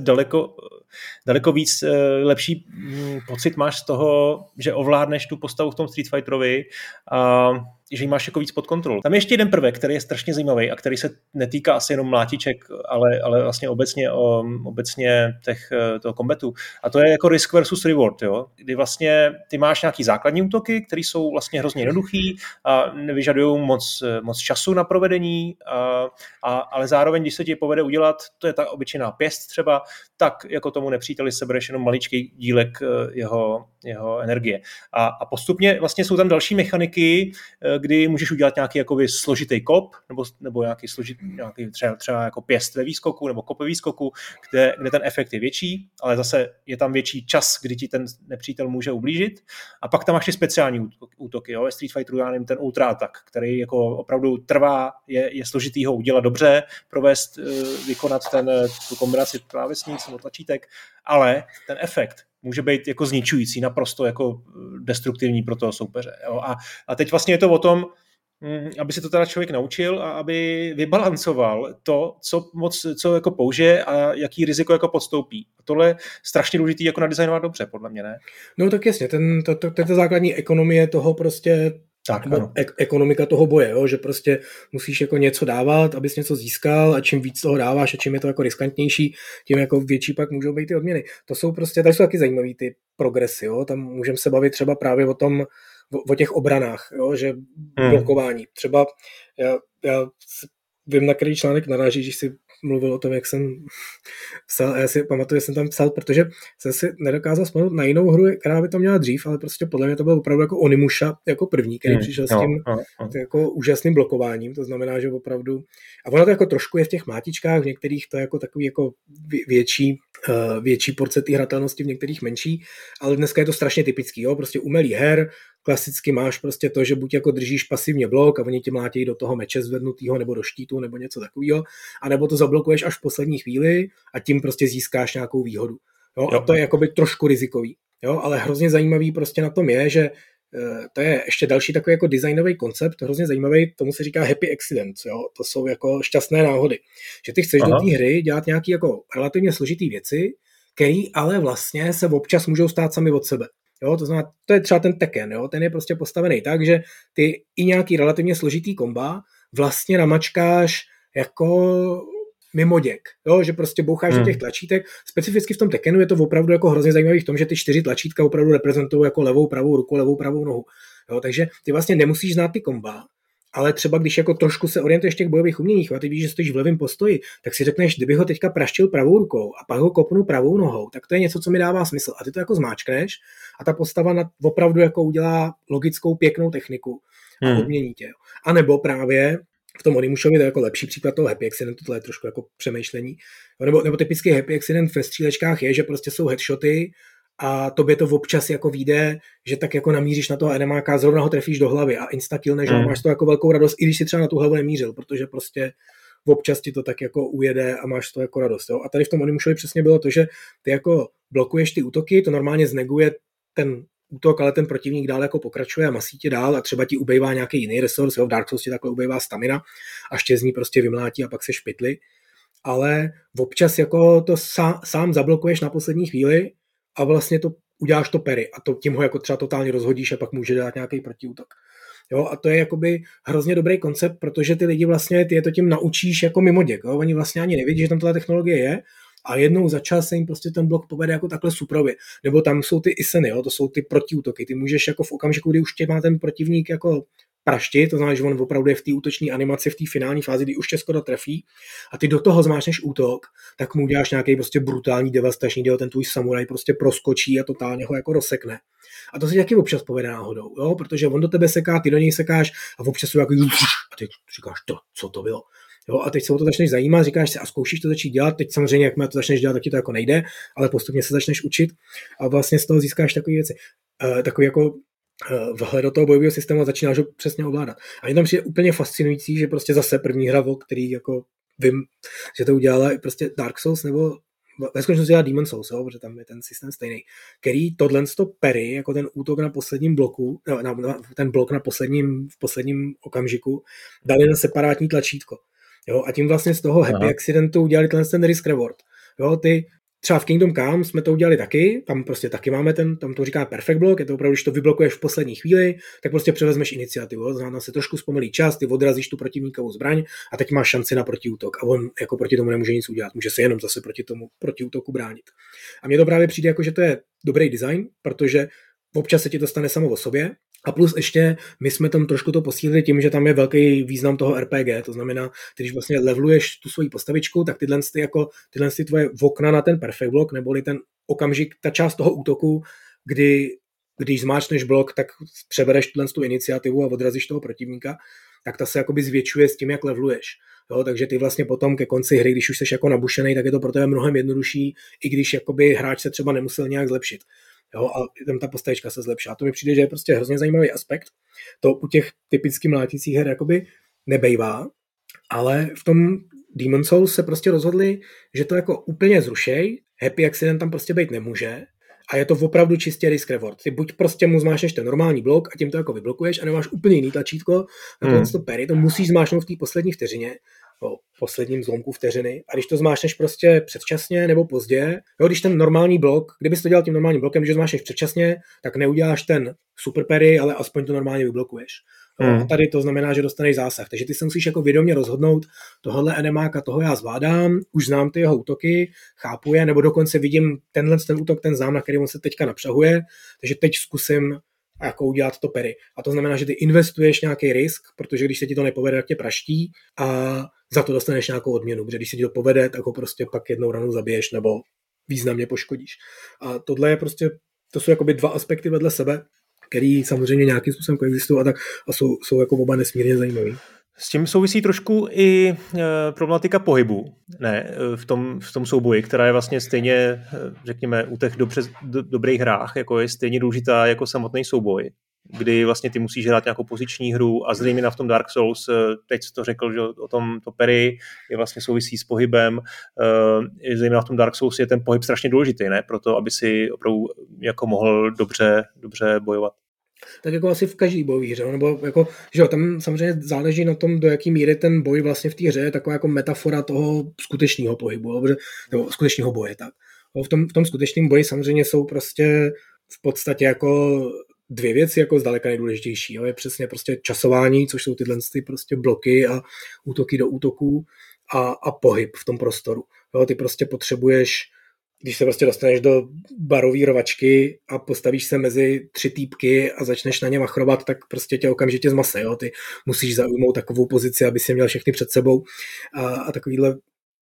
Speaker 1: daleko víc lepší pocit máš z toho, že ovládneš tu postavu v tom Street Fighterovi a že ji máš jako víc pod kontrolou. Tam je ještě jeden prvek, který je strašně zajímavý a který se netýká asi jenom mlátiček, ale vlastně obecně toho kombatu. A to je jako risk versus reward, jo? Kdy vlastně ty máš nějaký základní útoky, které jsou vlastně hrozně jednoduchý a nevyžadují moc času na provedení, ale zároveň, když se ti povede udělat, to je ta obyčejná pěst třeba, tak jako tomu nepříteli sebereš jenom maličký dílek jeho energie. A postupně vlastně jsou tam další mechaniky, kdy můžeš udělat nějaký jakoby složitý kop, nebo nějaký třeba jako pěst ve výskoku, nebo kop ve výskoku, kde ten efekt je větší, ale zase je tam větší čas, kdy ti ten nepřítel může ublížit. A pak tam máš ty speciální útoky, jo? Ve Street Fighteru, já nevím, ten ultra atak, který jako opravdu trvá, je složitý ho udělat dobře, provést, vykonat tu kombinaci klávesnic nebo tlačítek, ale ten efekt může být jako zničující, naprosto jako destruktivní pro toho soupeře. Jo? A teď vlastně je to o tom, aby se to teda člověk naučil a aby vybalancoval to, co jako použije a jaký riziko jako podstoupí. A tohle je strašně důležitý jako nadizajnovat dobře, podle mě, ne?
Speaker 2: No tak jasně, ta základní ekonomie toho prostě,
Speaker 1: tak,
Speaker 2: ekonomika toho boje, jo? Že prostě musíš jako něco dávat, abys něco získal a čím víc toho dáváš a čím je to jako riskantnější, tím jako větší pak můžou být ty odměny. To jsou prostě, tady jsou taky zajímavý ty progresy, jo? Tam můžeme se bavit třeba právě o těch obranách, jo? Že blokování. Třeba já vím, na který článek naráží, když si mluvil o tom, jak jsem psal, a já si pamatuju, že jsem tam psal, protože jsem si nedokázal vzpomenout na jinou hru, která by to měla dřív, ale prostě podle mě to byl opravdu jako Onimusha jako první, který přišel s tím jako úžasným blokováním, to znamená, že opravdu, a ono to jako trošku je v těch mátičkách, v některých to je jako takový jako větší porce té hratelnosti, v některých menší, ale dneska je to strašně typický, jo, prostě umelý her, klasicky máš prostě to, že buď jako držíš pasivně blok a oni tě mlátějí do toho meče zvednutýho nebo do štítu nebo něco takového, anebo to zablokuješ až v poslední chvíli a tím prostě získáš nějakou výhodu. Jo? A to je jakoby trošku rizikový. Jo? Ale hrozně zajímavý prostě na tom je, že to je ještě další takový jako designový koncept, hrozně zajímavý, tomu se říká happy accidents, jo? To jsou jako šťastné náhody. Že ty chceš do té hry dělat nějaké jako relativně složitý věci, které ale vlastně se občas můžou stát sami od sebe. Jo, to znamená, to je třeba ten Tekken, jo? Ten je prostě postavený tak, že ty i nějaký relativně složitý komba vlastně namačkáš jako mimoděk, jo? Že prostě boucháš do těch tlačítek. Specificky v tom Tekkenu je to opravdu jako hrozně zajímavý v tom, že ty 4 tlačítka opravdu reprezentují jako levou, pravou ruku, levou, pravou nohu. Jo? Takže ty vlastně nemusíš znát ty komba, ale třeba když jako trošku se orientuješ v těch bojových uměních a ty víš, že stojíš v levém postoji, tak si řekneš, kdyby ho teďka praštil pravou rukou a pak ho kopnu pravou nohou, tak to je něco, co mi dává smysl. A ty to jako zmáčkneš a ta postava opravdu jako udělá logickou pěknou techniku a odmění tě. A nebo právě v tom Onimushovi, to je jako lepší příklad toho happy accidentu, to je trošku jako přemýšlení. Nebo typický happy accident ve střílečkách je, že prostě jsou headshoty a tobě to občas jako vyjde, že tak jako namíříš na toho enemáka, zrovna ho trefíš do hlavy a instakillneš a máš to jako velkou radost, i když si třeba na tu hlavu nemířil, protože prostě občas ti to tak jako ujede a máš to jako radost. Jo? A tady v tom Onimushovi přesně bylo to, že ty jako blokuješ ty útoky, to normálně zneguje ten útok, ale ten protivník dál jako pokračuje a masí tě dál a třeba ti ubejvá nějaký jiný resurs, jo? V Dark Souls ti takhle ubejvá stamina a štězní prostě vymlátí a pak se špitli. Ale občas jako to sám zablokuješ na poslední chvíli a vlastně to uděláš to pery a to tím ho jako třeba totálně rozhodíš a pak může dát nějaký protiútok. Jo, a to je jakoby hrozně dobrý koncept, protože ty lidi vlastně, ty je to tím naučíš jako mimoděk. Jo? Oni vlastně ani nevědí, že tam tato technologie je a jednou za čas se jim prostě ten blok povede jako takhle suprově. Nebo tam jsou ty iseny, jo? To jsou ty protiútoky. Ty můžeš jako v okamžiku, kdy už tě má ten protivník jako praštit, to znamená, že on opravdu je v té útoční animaci, v té finální fázi, kdy už tě skoro trefí a ty do toho zmáčneš útok, tak mu uděláš nějaký prostě brutální devastační deal, ten tvůj samuraj prostě proskočí a totálně ho jako rozsekne. A to se taky občas povede náhodou, jo? Protože on do tebe seká, ty do něj sekáš a občas jsou jako a ty říkáš to, co to bylo. Jo, a teď se o to začneš zajímat, říkáš si a zkoušíš to začít dělat, teď samozřejmě, jakmile to začneš dělat, tak ti to jako nejde, ale postupně se začneš učit a vlastně z toho získáš takové věci. Takový jako vhled do toho bojového systému a začínáš ho přesně ovládat. A mě tam přijde úplně fascinující, že prostě zase první hra, o který jako vím, že to udělala prostě Dark Souls nebo ve skutečnosti dělá Demon's Souls, jo, protože tam je ten systém stejný, který tohleto parry, jako ten útok na posledním bloku, ten blok v posledním okamžiku, dali na separátní tlačítko. Jo, a tím vlastně z toho happy accidentu udělali ten risk reward. Jo, ty třeba v Kingdom Come jsme to udělali taky, tam prostě taky máme tam to říká perfect block, je to opravdu, když to vyblokuješ v poslední chvíli, tak prostě převezmeš iniciativu, znamená se trošku zpomalí čas, ty odrazíš tu protivníkovou zbraň a teď máš šanci na protiútok a on jako proti tomu nemůže nic udělat, může se jenom zase proti tomu protiútoku bránit. A mně to právě přijde jako, že to je dobrý design, protože občas se ti to stane samo o sobě. A plus ještě my jsme tam trošku to posílili tím, že tam je velký význam toho RPG, to znamená, když vlastně leveluješ tu svoji postavičku, tak tyhle tvoje okna na ten perfect block, neboli ten okamžik, ta část toho útoku, když zmáčneš blok, tak přebereš tu iniciativu a odrazíš toho protivníka, tak ta se jakoby zvětšuje s tím, jak leveluješ. Jo, takže ty vlastně potom ke konci hry, když už jsi jako nabušený, tak je to pro tebe mnohem jednodušší, i když jakoby hráč se třeba nemusel nějak zlepšit. Jo, a tam ta postavička se zlepšila. To mi přijde, že je prostě hrozně zajímavý aspekt. To u těch typicky mlátících her jakoby nebejvá, ale v tom Demon's Souls se prostě rozhodli, že to jako úplně zrušej, happy accident tam prostě být nemůže a je to opravdu čistě risk reward. Ty buď prostě mu zmášneš ten normální blok a tím to jako vyblokuješ a nemáš úplně jiný tlačítko na to parry, to musíš zmášnout v té poslední vteřině, po posledním zlomku vteřiny. A když to zmášneš prostě předčasně nebo pozdě, jo, když ten normální blok, kdybys to dělal tím normálním blokem, když to zmášneš předčasně, tak neuděláš ten super parry, ale aspoň to normálně vyblokuješ. A tady to znamená, že dostaneš zásah. Takže ty se musíš jako vědomě rozhodnout, tohle enemáka, toho já zvládám, už znám ty jeho útoky, chápu je, nebo dokonce vidím ten útok, ten znám, na který on se teďka napřahuje, takže teď zkusím jako udělat to parry. A to znamená, že ty investuješ nějaký risk, protože když se ti to nepovede, tak tě praští a za to dostaneš nějakou odměnu, protože když se ti to povede, tak ho prostě pak jednou ranou zabiješ nebo významně poškodíš. A tohle je prostě, to jsou jakoby dva aspekty vedle sebe, který samozřejmě nějakým způsobem koexistují a jsou jako oba nesmírně zajímavý.
Speaker 1: S tím souvisí trošku i problematika pohybu, ne, v tom souboji, která je vlastně stejně, řekněme, u těch dobrých hrách, jako je stejně důležitá jako samotný souboj, kdy vlastně ty musíš hrát nějakou poziční hru a zřejmě v tom Dark Souls, teď jsi to řekl, že o tom to parry je vlastně souvisí s pohybem, zejména v tom Dark Souls je ten pohyb strašně důležitý, ne, proto aby si opravdu jako mohl dobře bojovat.
Speaker 2: Tak jako asi v každý bojové hře, nebo jako, že jo, tam samozřejmě záleží na tom, do jaký míry ten boj vlastně v té hře je taková jako metafora toho skutečného pohybu, nebo skutečného boje, tak. V tom skutečném boji samozřejmě jsou prostě v podstatě jako dvě věci jako zdaleka nejdůležitější, jo. Je přesně prostě časování, což jsou tyhle prostě bloky a útoky do útoků a pohyb v tom prostoru. Jo, ty prostě potřebuješ, když se prostě dostaneš do barové rovačky a postavíš se mezi 3 týpky a začneš na ně machrovat, tak prostě tě okamžitě zmase. Jo? Ty musíš zaujmout takovou pozici, aby si měl všechny před sebou a takovýhle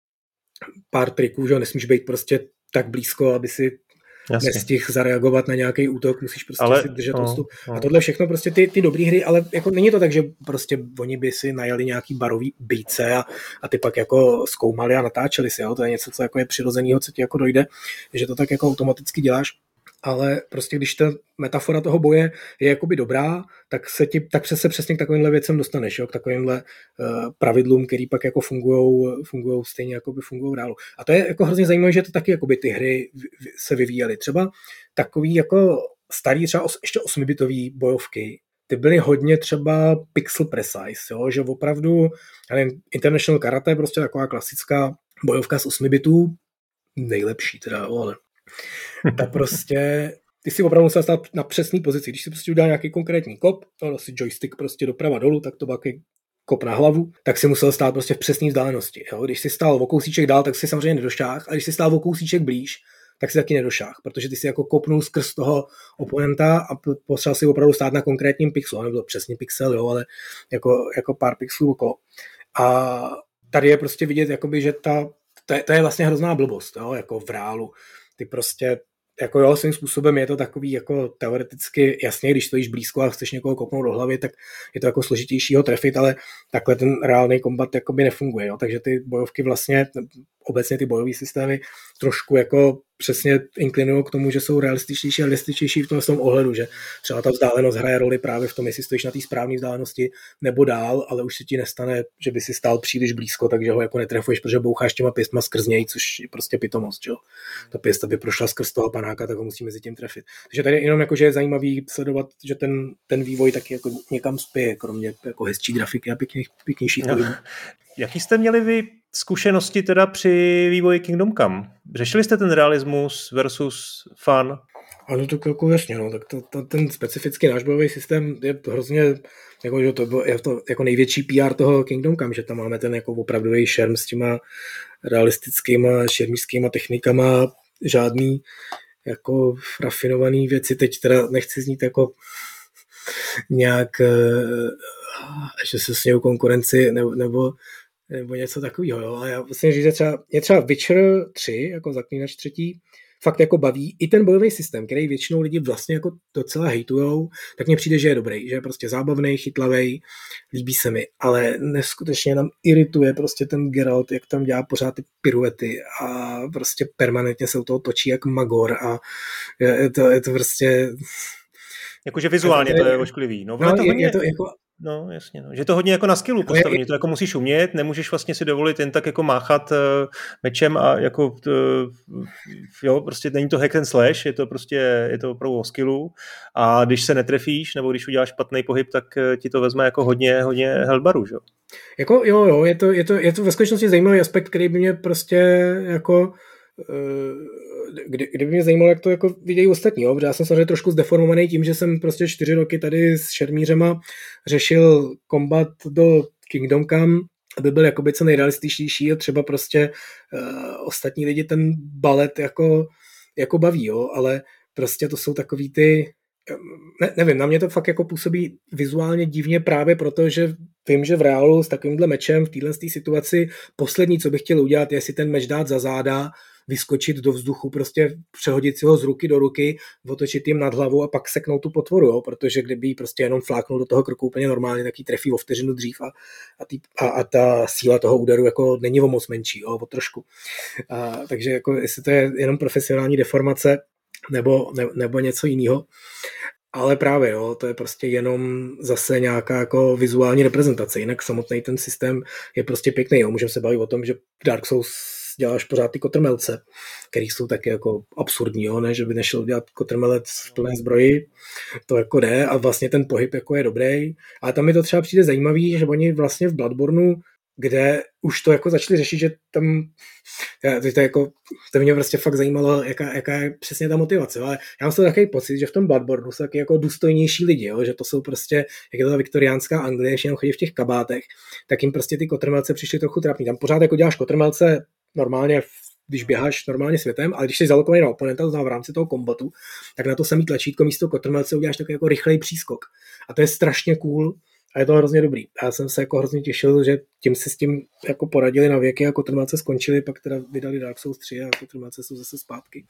Speaker 2: pár triků, že nesmíš být prostě tak blízko, aby si nestihl zareagovat na nějaký útok, musíš prostě si držet odstup. A tohle všechno prostě ty dobrý hry, ale jako není to tak, že prostě oni by si najali nějaký barový bíjce a ty pak jako zkoumali a natáčeli si, jo? To je něco, co jako je přirozenýho, co ti jako dojde, že to tak jako automaticky děláš. Ale prostě když ta metafora toho boje je jakoby dobrá, tak se přesně k takovýmhle věcem dostaneš, jo? K takovýmhle pravidlům, který pak jako fungujou stejně, jako by fungují v reálu. A to je jako hrozně zajímavé, že to taky jakoby ty hry se vyvíjely. Třeba takový jako starý, třeba ještě 8-bitový bojovky, ty byly hodně třeba pixel precise, jo? Že opravdu, International Karate je prostě taková klasická bojovka z 8 bitů, nejlepší teda, ale tak prostě ty si opravdu musel stát na přesný pozici. Když si prostě udělal nějaký konkrétní kop, to si joystick prostě doprava dolů, tak to byl kop na hlavu, tak si musel stát prostě v přesné vzdálenosti. Jo? Když si stál o kousíček dál, tak si samozřejmě nedošáhl, a když si stál o kousíček blíž, tak si taky nedošáhl, protože ty si jako kopnul skrz toho oponenta a potřeboval si opravdu stát na konkrétním pixelu. Nebyl přesný pixel, jo, ale jako pár pixelů okolo. A tady je prostě vidět, jakoby, že to je vlastně hrozná blbost, jo, jako v reálu. Ty prostě, jako jo, svým způsobem je to takový jako teoreticky, jasně, když stojíš blízko a chceš někoho kopnout do hlavy, tak je to jako složitější ho trefit, ale takhle ten reálný kombat jakoby nefunguje, jo, takže ty bojovky vlastně, obecně ty bojové systémy trošku jako přesně inklinují k tomu, že jsou realističtější v tom ohledu, že třeba ta vzdálenost hraje roli právě v tom, jestli stojíš na té správné vzdálenosti nebo dál, ale už se ti nestane, že by si stál příliš blízko, takže ho jako netrefuješ, protože boucháš těma pěstma skrz něj, což je prostě pitomost, jo. Ta pěsta by prošla skrz toho panáka, tak ho musí mezi tím trefit. Takže tady jenom jako, že je zajímavý sledovat, že ten vývoj taky jako někam spěje, kromě jako hezčí grafiky a pěknější. No.
Speaker 1: Jaký jste měli vy zkušenosti teda při vývoji Kingdom Come? Řešili jste ten realismus versus fun?
Speaker 2: Ano, to jako jasně, no, tak ten specifický náš bojový systém je hrozně, jako, že je to jako největší PR toho Kingdom Come, že tam máme ten jako opravdový šerm s těma realistickýma šermířskýma technikama, žádný jako rafinovaný věci, teď teda nechci znít jako nějak, že se snějou konkurenci nebo něco takového, jo. A já vlastně říct, že třeba Witcher 3, jako Zaklínač 3, fakt jako baví i ten bojový systém, který většinou lidi vlastně jako docela hejtujou, tak mně přijde, že je dobrý, že je prostě zábavný, chytlavý, líbí se mi, ale neskutečně nám irituje prostě ten Geralt, jak tam dělá pořád ty piruety a prostě permanentně se u toho točí jak magor a je to prostě...
Speaker 1: Jakože vizuálně to je ošklivý. No, je to jako... No, jasně. No. Že je to hodně jako na skillu postavení. To jako musíš umět, nemůžeš vlastně si dovolit jen tak jako máchat mečem a jako jo, prostě není to hack and slash, je to opravdu o skillu a když se netrefíš nebo když uděláš špatný pohyb, tak ti to vezme jako hodně healthbaru, že jo?
Speaker 2: Jako jo, je to ve skutečnosti zajímavý aspekt, který by mě prostě jako kdyby mě zajímalo, jak to jako vidějí ostatní, jo? Protože já jsem samozřejmě trošku zdeformovaný tím, že jsem prostě 4 roky tady s šermířema řešil kombat do Kingdom Come, aby byl jakoby co nejrealističtější a třeba prostě ostatní lidi ten balet jako baví, jo? Ale prostě to jsou takový ty nevím, na mě to fakt jako působí vizuálně divně právě proto, že vím, že v reálu s takovýmhle mečem v téhle situaci poslední, co bych chtěl udělat, je si ten meč dát za záda, vyskočit do vzduchu, prostě přehodit si ho z ruky do ruky, otočit jim nad hlavu a pak seknout tu potvoru, jo? Protože kdyby jí prostě jenom fláknul do toho kroku úplně normálně, tak jí trefí o vteřinu dřív a ta síla toho úderu jako není o moc menší, jo? O trošku. Takže jako jestli to je jenom profesionální deformace nebo něco jiného. Ale právě, jo, to je prostě jenom zase nějaká jako vizuální reprezentace, jinak samotný ten systém je prostě pěkný, jo. Můžeme se bavit o tom, že v Dark Souls děláš pořád ty kotrmelce, který jsou taky jako absurdní, jo, ne, že by nešel dělat kotrmelec v plné zbroji, to jako jde a vlastně ten pohyb jako je dobrý, ale tam mi to třeba přijde zajímavý, že oni vlastně v Bloodborneu, kde už to jako začali řešit, že tam to mě prostě fakt zajímalo, jaká je přesně ta motivace, ale já mám takový pocit, že v tom Bloodborneu jsou taky jako důstojnější lidi, jo? Že to jsou prostě, jak je to ta viktoriánská Anglie, že jenom chodí v těch kabátech, tak jim prostě ty kotrmelce přišly trochu trapný. Tam pořád jako děláš kotrmelce normálně, když běháš normálně světem, ale když jsi zalokovaný na oponenta, to znamená v rámci toho kombatu, tak na to samý tlačítko místo kotrmelce uděláš takový jako rychlej přískok. A to je strašně cool. A je to hrozně dobrý. Já jsem se jako hrozně těšil, že tím si s tím jako poradili na věky a kotrmelce skončili, pak teda vydali Dark Souls 3 a kotrmelce jsou zase zpátky.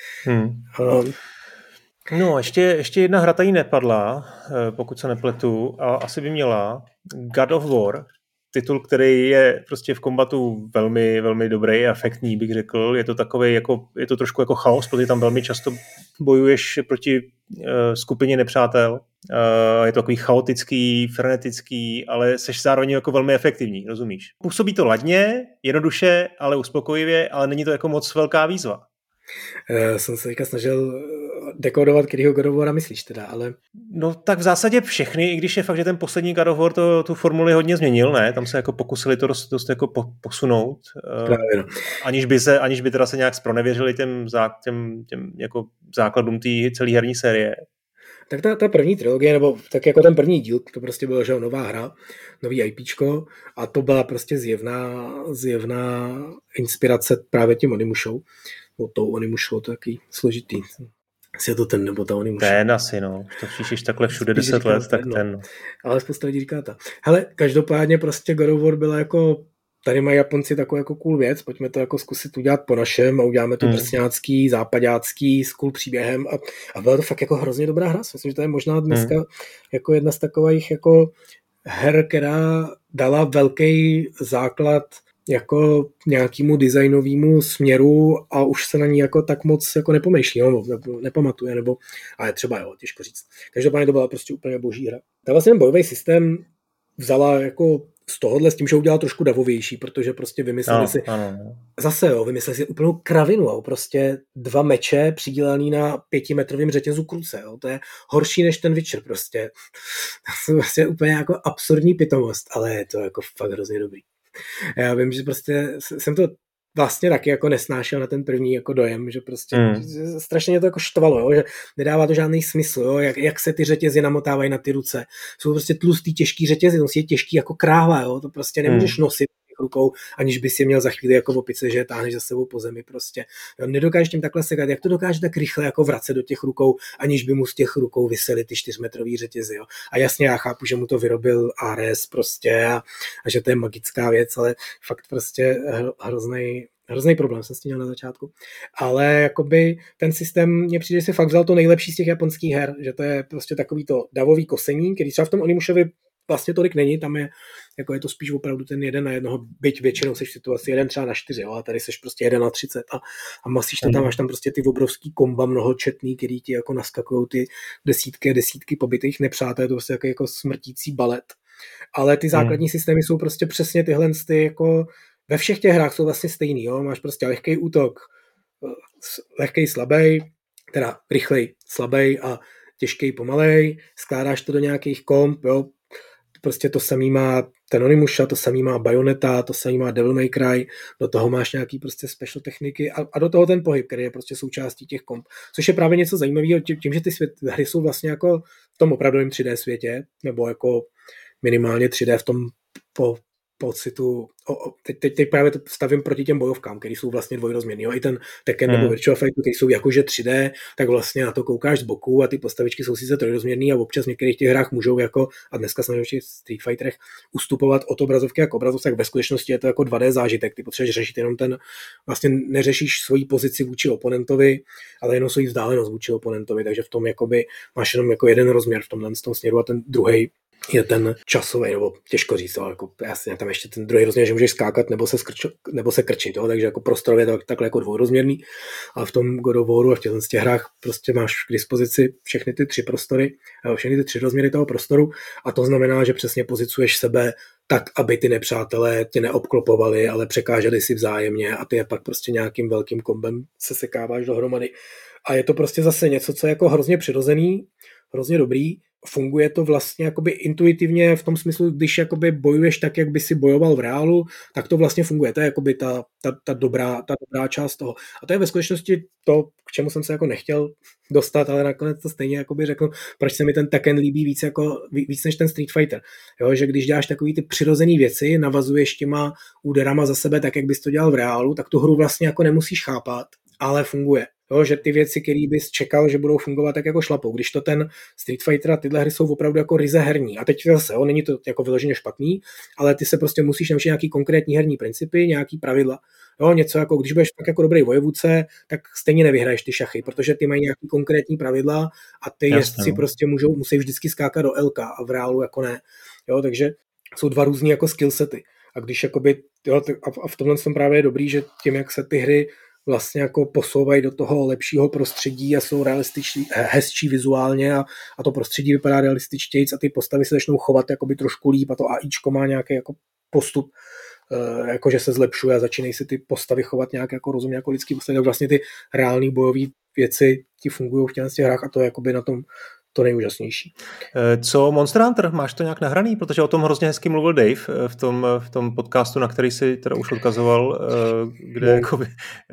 Speaker 1: No, ještě jedna hra tady nepadla, pokud se nepletu, a asi by měla. God of War, titul, který je prostě v kombatu velmi, velmi dobrý a efektní, bych řekl. Je to takovej jako, je to trošku jako chaos, protože tam velmi často bojuješ proti skupině nepřátel. Je to takový chaotický, frenetický, ale seš zároveň jako velmi efektivní, rozumíš? Působí to ladně, jednoduše, ale uspokojivě, ale není to jako moc velká výzva.
Speaker 2: Jsem se teďka snažil dekodovat, kterýho God of War myslíš teda, ale...
Speaker 1: No tak v zásadě všechny, i když je fakt, že ten poslední God of War tu formuli hodně změnil, ne? Tam se jako pokusili to dost jako posunout.
Speaker 2: Právě, no.
Speaker 1: Aniž by teda se nějak zpronevěřili těm jako základům té celé herní série.
Speaker 2: Tak ta první trilogie, nebo tak jako ten první díl, to prostě bylo, že nová hra, nový IPčko a to byla prostě zjevná inspirace právě tím Onimushou. O tou Onimushou, to je taky složitý. Jestli je to ten, nebo ta Onimusha.
Speaker 1: Ten asi, no. To příštíš takhle všude 10 let, tak ten. No.
Speaker 2: Ale spousta lidí říká ta. Hele, každopádně prostě God of War byla jako, tady mají Japonci takovou jako cool věc, pojďme to jako zkusit udělat po našem a uděláme to drsňácký, západácký, s cool příběhem a byla to fakt jako hrozně dobrá hra. Myslím, že to je možná dneska jako jedna z takových jako her, která dala velký základ jako nějakému designovému směru a už se na ní jako tak moc jako nepomýšlí, nepamatuje, nebo, ale třeba jo, těžko říct. Každopádně to byla prostě úplně boží hra. Ta vlastně ten bojový systém vzala jako z tohohle, s tím, že udělala trošku davovější, protože prostě vymysleli si zase vymysleli si úplnou kravinu, prostě 2 meče přidělaný na 5metrovým řetězu k ruce, to je horší než ten Witcher prostě. To je prostě úplně jako absurdní pitomost, ale je to jako fakt hrozně dobrý. Já vím, že prostě jsem to vlastně taky jako nesnášel na ten první jako dojem, že prostě strašně mě to jako štvalo, že nedává to žádný smysl, jak se ty řetězy namotávají na ty ruce. Jsou prostě tlustý, těžký řetězy, to je těžký jako kráva, to prostě nemůžeš nosit rukou, aniž bys je měl za chvíli jako v opice, že je táhneš za sebou po zemi prostě. Nedokážeš tím takhle sekat, jak to dokáže tak rychle jako vracet do těch rukou, aniž by mu z těch rukou visely ty 4metrový řetězy, A jasně já chápu, že mu to vyrobil Ares prostě a že to je magická věc, ale fakt prostě hrozný problém jsem s tím měl na začátku. Ale jakoby ten systém mně přijde, že si fakt vzal to nejlepší z těch japonských her, že to je prostě takový to davový kosení, který třeba v tom Onimushovi vlastně tolik není, tam je to spíš opravdu ten 1 na 1, byť většinou seš v situaci 1 třeba na 4, a tady seš prostě 1 na 30 a masíš to tam, máš tam prostě ty obrovský komba mnohočetný, který ti jako naskakujou ty desítky pobytých nepřátel, je to prostě jako smrtící balet. Ale ty základní systémy jsou prostě přesně tyhle jako ve všech těch hrách jsou vlastně stejný, máš prostě lehký útok, lehkej slabý, teda rychlej slabý a těžký pomalej, skládáš to do nějakých komp, prostě to samý má ten Onimusha, to samý má Bayonetta, to samý má Devil May Cry, do toho máš nějaký prostě special techniky a do toho ten pohyb, který je prostě součástí těch komp. Což je právě něco zajímavého tím, že ty hry jsou vlastně jako v tom opravdovém 3D světě, nebo jako minimálně 3D v tom pocitu, teď právě to stavím proti těm bojovkám, které jsou vlastně dvojrozměrný. I ten Tekken nebo Virtua Fighter, který jsou jakože 3D, tak vlastně na to koukáš z boku a ty postavičky jsou sice trojrozměrný a občas v některých těch hrách můžou jako, a dneska jsme v Street Fighterech, ustupovat od obrazovky jako obrazovky, tak ve skutečnosti je to jako 2D zážitek. Ty potřebuješ řešit jenom ten, vlastně neřešíš svoji pozici vůči oponentovi, ale jenom svoji vzdálenost vůči oponentovi, takže v tom jakoby máš jenom jako jeden rozměr v tomhle směru a ten druhý je ten časový, nebo těžko říct, jako jasně, tam ještě ten druhý rozměr, že můžeš skákat nebo se krčit, takže jako prostorově je to takhle jako dvojrozměrný, a v tom God of Waru a v těch hrách prostě máš k dispozici všechny ty 3 prostory, všechny ty 3 rozměry toho prostoru, a to znamená, že přesně pozicuješ sebe tak, aby ty nepřátelé tě neobklopovali, ale překáželi si vzájemně a ty je pak prostě nějakým velkým kombem se sekáváš dohromady. A je to prostě zase něco, co je jako hrozně přirozený, hrozně dobrý. Funguje to vlastně jakoby intuitivně v tom smyslu, když jakoby bojuješ tak, jak by si bojoval v reálu, tak to vlastně funguje. To je jakoby ta dobrá část toho. A to je ve skutečnosti to, k čemu jsem se jako nechtěl dostat, ale nakonec to stejně jakoby řeknu, proč se mi ten Tekken líbí víc než ten Street Fighter. Že když děláš takový ty přirozený věci, navazuješ těma úderama za sebe tak, jak bys to dělal v reálu, tak tu hru vlastně jako nemusíš chápat, ale funguje. Že ty věci, které bys čekal, že budou fungovat, tak jako šlapou. Když to ten Street Fighter a tyhle hry jsou opravdu jako ryze herní. A teď zase, není to jako vyloženě špatný, ale ty se prostě musíš naučit nějaký konkrétní herní principy, nějaký pravidla. Něco jako, když budeš tak jako dobrý vojevůdce, tak stejně nevyhraješ ty šachy, protože ty mají nějaký konkrétní pravidla a ty jezdci prostě musí vždycky skákat do LK a v reálu jako ne. Takže jsou 2 různý jako skillsety. A když jakoby, a v tomhle tom právě je dobrý, že tím, jak se ty hry vlastně jako posouvají do toho lepšího prostředí a jsou realističtí, hezčí vizuálně a to prostředí vypadá realističtějc a ty postavy se začnou chovat jakoby trošku líp a to AIčko má nějaký jako postup, jakože se zlepšuje a začínají si ty postavy chovat nějak jako rozumně jako lidský postavy, tak vlastně ty reální bojové věci ti fungují v těch hrách a to je jakoby na tom to nejúžasnější.
Speaker 1: Co Monster Hunter? Máš to nějak nahraný? Protože o tom hrozně hezky mluvil Dave v tom podcastu, na který si teda už odkazoval, kde jakoby,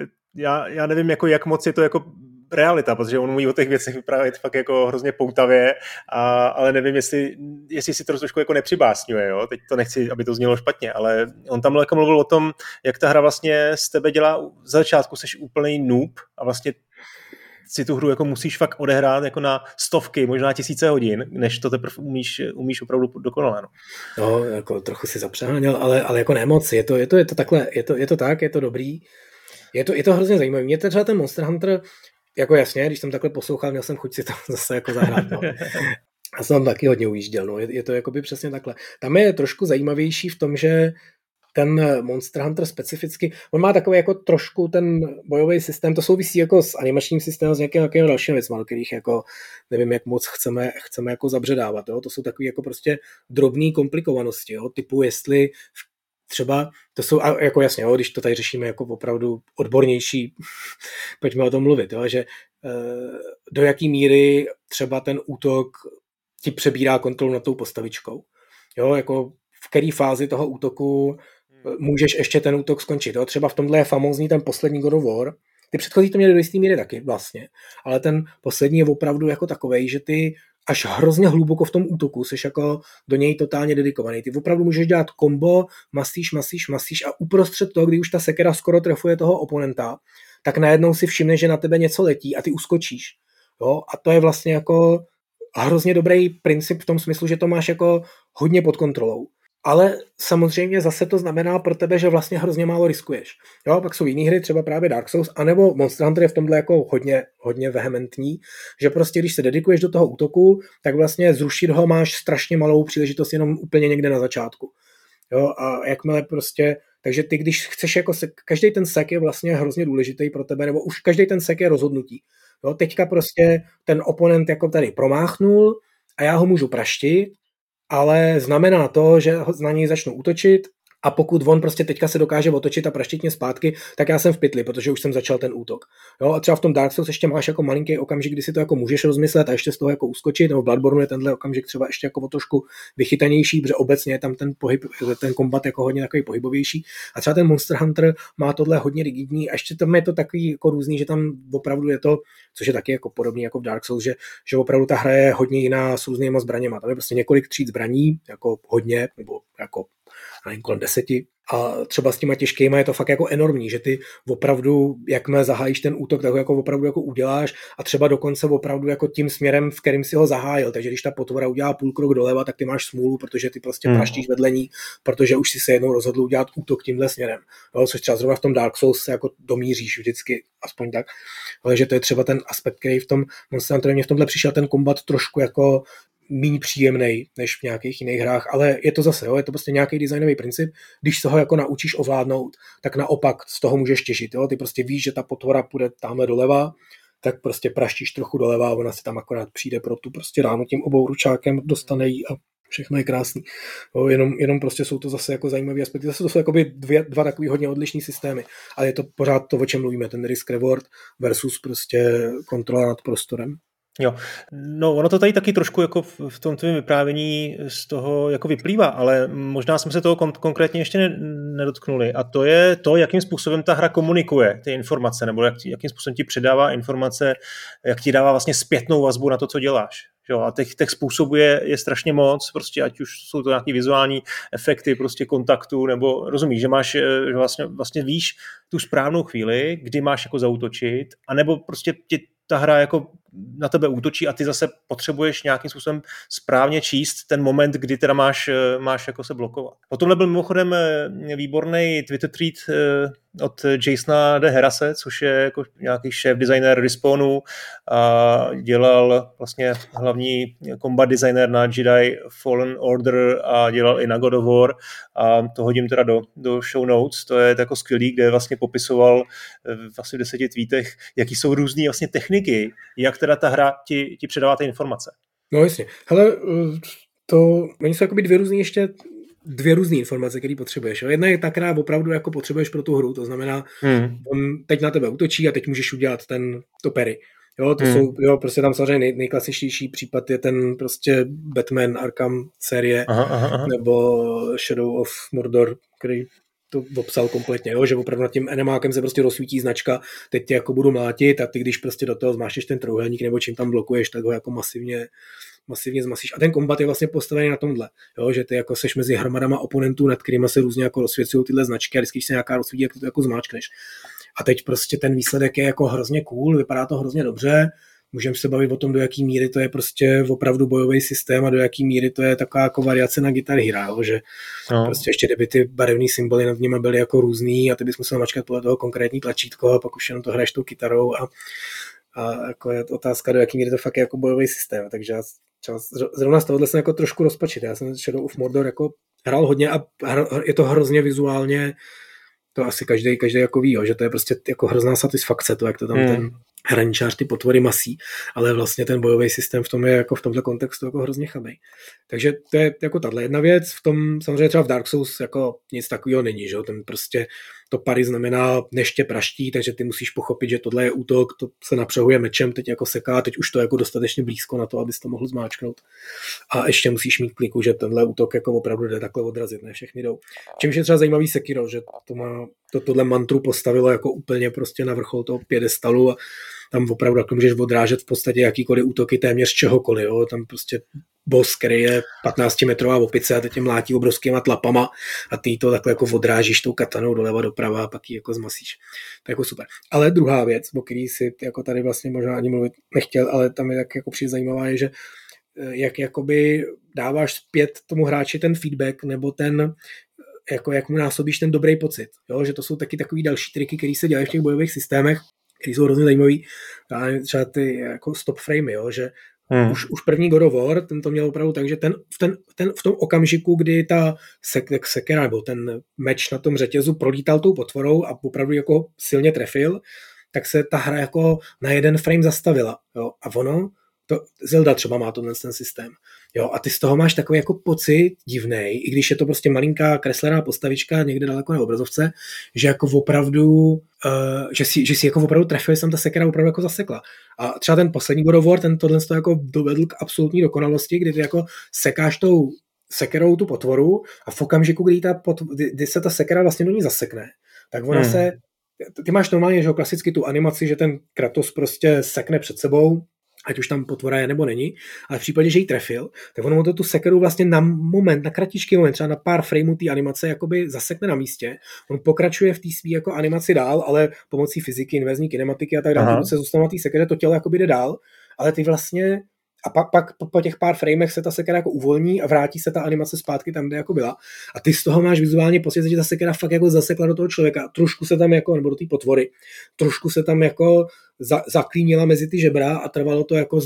Speaker 1: já nevím, jako, jak moc je to jako realita, protože on mluví o těch věcech vyprávět fakt jako hrozně poutavě, ale nevím, jestli si to trošku jako nepřibásňuje, Teď to nechci, aby to znělo špatně, ale on tam jako mluvil o tom, jak ta hra vlastně z tebe dělá, za začátku seš úplnej noob a vlastně si tu hru jako musíš fakt odehrát jako na stovky, možná 1000 hodin, než to teprve umíš opravdu dokonale.
Speaker 2: No, jako trochu si zapřeháněl, ale jako nemoc, je to takhle, je to tak, je to dobrý. Je to hrozně zajímavé. Mě třeba ten Monster Hunter, jako jasně, když jsem takhle poslouchal, měl jsem chuť si to zase jako zahrát. A jsem tam taky hodně ujížděl. Je to jakoby přesně takhle. Tam je trošku zajímavější v tom, že ten Monster Hunter specificky, on má takový jako trošku ten bojový systém, to souvisí jako s animačním systémem, s nějakým dalším věcmi, do kterých jako nevím, jak moc chceme jako zabředávat, jo? To jsou takové jako prostě drobné komplikovanosti, jo? Typu jestli třeba, to jsou jako jasně, jo? Když to tady řešíme jako opravdu odbornější, pojďme o tom mluvit, jo? Že do jaký míry třeba ten útok ti přebírá kontrolu nad tou postavičkou, jo? Jako v které fázi toho útoku můžeš ještě ten útok skončit. Jo? Třeba v tomhle je famózní ten poslední God of War. Ty předchozí to měly do jistý míry taky vlastně, ale ten poslední je opravdu jako takovej, že ty až hrozně hluboko v tom útoku jsi jako do něj totálně dedikovaný. Ty opravdu můžeš dělat kombo, masíš a uprostřed toho, kdy už ta sekera skoro trefuje toho oponenta, tak najednou si všimneš, že na tebe něco letí a ty uskočíš. Jo? A to je vlastně jako hrozně dobrý princip v tom smyslu, že to máš jako hodně pod kontrolou. Ale samozřejmě zase to znamená pro tebe, že vlastně hrozně málo riskuješ. Jo, pak jsou jiné hry, třeba právě Dark Souls, anebo Monster Hunter je v tomhle jako hodně vehementní, že prostě když se dedikuješ do toho útoku, tak vlastně zrušit ho máš strašně malou příležitost jenom úplně někde na začátku. Jo, a jakmile prostě, takže ty když chceš jako každý ten sek je vlastně hrozně důležitý pro tebe, nebo už každý ten sek je rozhodnutí. Jo, teďka prostě ten oponent jako tady promáchnul a já ho můžu praštit, ale znamená to, že na něj začnu útočit a pokud on prostě teďka se dokáže otočit a praštit mě zpátky, tak já jsem v pytli, protože už jsem začal ten útok. Jo, a třeba v tom Dark Souls ještě máš jako malinký okamžik, kdy si to jako můžeš rozmyslet a ještě z toho jako uskočit, nebo v Bloodborne je tenhle okamžik třeba ještě jako o trošku vychytanější, protože obecně je tam ten pohyb, ten kombat jako hodně takový pohybovější. A třeba ten Monster Hunter má tohle hodně rigidní a ještě tam je to takový jako různý, že tam opravdu je to, což je taky jako podobný jako v Dark Souls, že opravdu ta hra je hodně jiná s různýma zbraněma. Tam je prostě několik tříd zbraní, jako hodně, nebo jako kolem 10. A třeba s těma těžkýma je to fakt jako enormní, že ty opravdu, jakmile zahájíš ten útok, tak ho jako opravdu jako uděláš a třeba dokonce opravdu jako tím směrem, v kterým si ho zahájil. Takže když ta potvora udělá půl krok doleva, tak ty máš smůlu, protože ty prostě praštíš vedle ní, protože už si se jednou rozhodl udělat útok tímhle směrem. Jo, což třeba zrovna v tom Dark Souls se jako domíříš vždycky, aspoň tak. Ale že to je třeba ten aspekt, který v tom Monster Hunter mě v tomhle přišel ten kombat trošku jako méně příjemnej než v nějakých jiných hrách, ale je to zase, jo, je to prostě nějaký designový princip, když se ho jako naučíš ovládnout, tak naopak z toho můžeš těžit, jo, ty prostě víš, že ta potvora půjde tamhle doleva, tak prostě praštíš trochu doleva a ona si tam akorát přijde pro tu prostě ránu tím obou ručákem, dostane jí a všechno je krásný. Jo, jenom prostě jsou to zase jako zajímavý aspekty. Zase to jsou jakoby dva takový hodně odlišný systémy, ale je to pořád to, o čem mluvíme, ten risk reward versus prostě kontrola nad prostorem.
Speaker 1: Jo, no ono to tady taky trošku jako v tom tvém vyprávění z toho jako vyplývá, ale možná jsme se toho konkrétně ještě nedotknuli a to je to, jakým způsobem ta hra komunikuje ty informace, nebo jakým způsobem ti předává informace, jak ti dává vlastně zpětnou vazbu na to, co děláš. Jo, a těch způsobů je strašně moc, prostě ať už jsou to nějaké vizuální efekty prostě kontaktu, nebo rozumíš, že máš, že vlastně víš tu správnou chvíli, kdy máš jako zaútočit, anebo prostě ta hra jako na tebe útočí a ty zase potřebuješ nějakým způsobem správně číst ten moment, kdy teda máš jako se blokovat. O tomhle byl mimochodem výborný Twitter tweet od Jasona de Herase, což je jako nějaký šéf designer Respawnu a dělal vlastně hlavní combat designer na Jedi Fallen Order a dělal i na God of War a to hodím teda do show notes, to je jako skvělý, kde vlastně popisoval vlastně v 10 tweetech, jaký jsou různý vlastně techniky, jak teda ta hra ti předává ty informace.
Speaker 2: No jasně. Hele, oni jsou jakoby dvě různé informace, které potřebuješ. Jo? Jedna je ta, která opravdu jako potřebuješ pro tu hru, to znamená, on teď na tebe útočí a teď můžeš udělat to parry. Jo, to jsou, prostě tam samozřejmě nejklasičtější případ je ten prostě Batman Arkham série, nebo Shadow of Mordor, který to popsal kompletně, jo? Že opravdu nad tím enemákem se prostě rozsvítí značka, teď tě jako budu mlátit a ty když prostě do toho zmášneš ten trojúhelník nebo čím tam blokuješ, tak ho jako masivně zmasíš. A ten kombat je vlastně postavený na tomhle, jo? Že ty jako seš mezi hromadama oponentů, nad kterými se různě jako rozsvěcují tyhle značky a vždycky, když se nějaká rozsvítí, jak to jako zmáčkneš. A teď prostě ten výsledek je jako hrozně cool, vypadá to hrozně dobře, můžeme se bavit o tom, do jaký míry to je prostě opravdu bojový systém a do jaký míry to je taková jako variace na Guitar Hero, že prostě ještě kdyby ty barevné symboly nad nimi byly jako různý a ty bys musel mačkat podle toho konkrétní tlačítko a pak už jenom to hraješ tou kytarou a jako je otázka, do jaký míry to fakt je jako bojový systém, takže zrovna z tohohle jsem jako trošku rozpačit. Já jsem Shadow of Mordor jako hrál hodně a je to hrozně vizuálně, to asi každý jako ví, jo, že to je prostě jako hrozná satisfakce, to, jak to tam ten hraničář ty potvory masí, ale vlastně ten bojový systém v tom je jako v tomto kontextu jako hrozně chabej. Takže to je jako tahle jedna věc, v tom samozřejmě třeba v Dark Souls jako nic takového není, že jo, ten prostě to pary znamená neště praští, takže ty musíš pochopit, že tohle je útok, to se napřehuje mečem, teď jako seká, teď už to jako dostatečně blízko na to, abys to mohl zmáčknout. A ještě musíš mít kliku, že tenhle útok jako opravdu jde takhle odrazit, ne všechny jdou. Čímž je třeba zajímavý Sekiro, že tohle mantru postavilo jako úplně prostě na vrchol toho pědestalu a tam opravdu jako můžeš odrážet v podstatě jakýkoliv útoky téměř čehokoliv, jo? Tam prostě boss, který je 15-metrová opice a teď tě mlátí obrovskýma tlapama a ty to takhle jako odrážíš tou katanou doleva doprava a pak ji jako zmasíš. To je jako super. Ale druhá věc, o který si jako tady vlastně možná ani mluvit nechtěl, ale tam je tak jako přijde zajímavá, je, že jak jakoby dáváš zpět tomu hráči ten feedback nebo ten jako jak mu násobíš ten dobrý pocit. Jo? Že to jsou taky takový další triky, které se dělají v těch bojových systémech, které jsou hrozně zajímavý. Třeba ty jako stop framey, jo? Že už první God of War, ten to měl opravdu tak, že v tom okamžiku, kdy ta sekera nebo ten meč na tom řetězu prolítal tou potvorou a opravdu jako silně trefil, tak se ta hra jako na jeden frame zastavila. Jo? A ono, to Zelda třeba má ten systém. Jo, a ty z toho máš takový jako pocit divnej, i když je to prostě malinká kreslená postavička někde daleko na obrazovce, že jako opravdu, že si jako opravdu trefil, jsem ta sekera opravdu jako zasekla. A třeba ten poslední God of War, tohle to jako dovedl k absolutní dokonalosti, kdy ty jako sekáš tou sekerou tu potvoru a v okamžiku, kdy se ta sekera vlastně do ní zasekne, tak ona se, ty máš normálně, že klasicky tu animaci, že ten Kratos prostě sekne před sebou, ať už tam potvora je nebo není, ale v případě, že ji trefil, tak ono to tu sekeru vlastně na kratičký moment, třeba na pár frameů té animace jakoby zasekne na místě, on pokračuje v té svý jako animaci dál, ale pomocí fyziky, inverzní kinematiky a tak dále, se zůstane na té sekeře, to tělo jakoby jde dál, ale ty vlastně a pak po těch pár framech se ta sekera jako uvolní a vrátí se ta animace zpátky tam, kde jako byla. A ty z toho máš vizuálně pocit, že ta sekera fakt jako zasekla do toho člověka. Trošku se tam jako, nebo do té potvory, trošku se tam jako zaklínila mezi ty žebra a trvalo to jako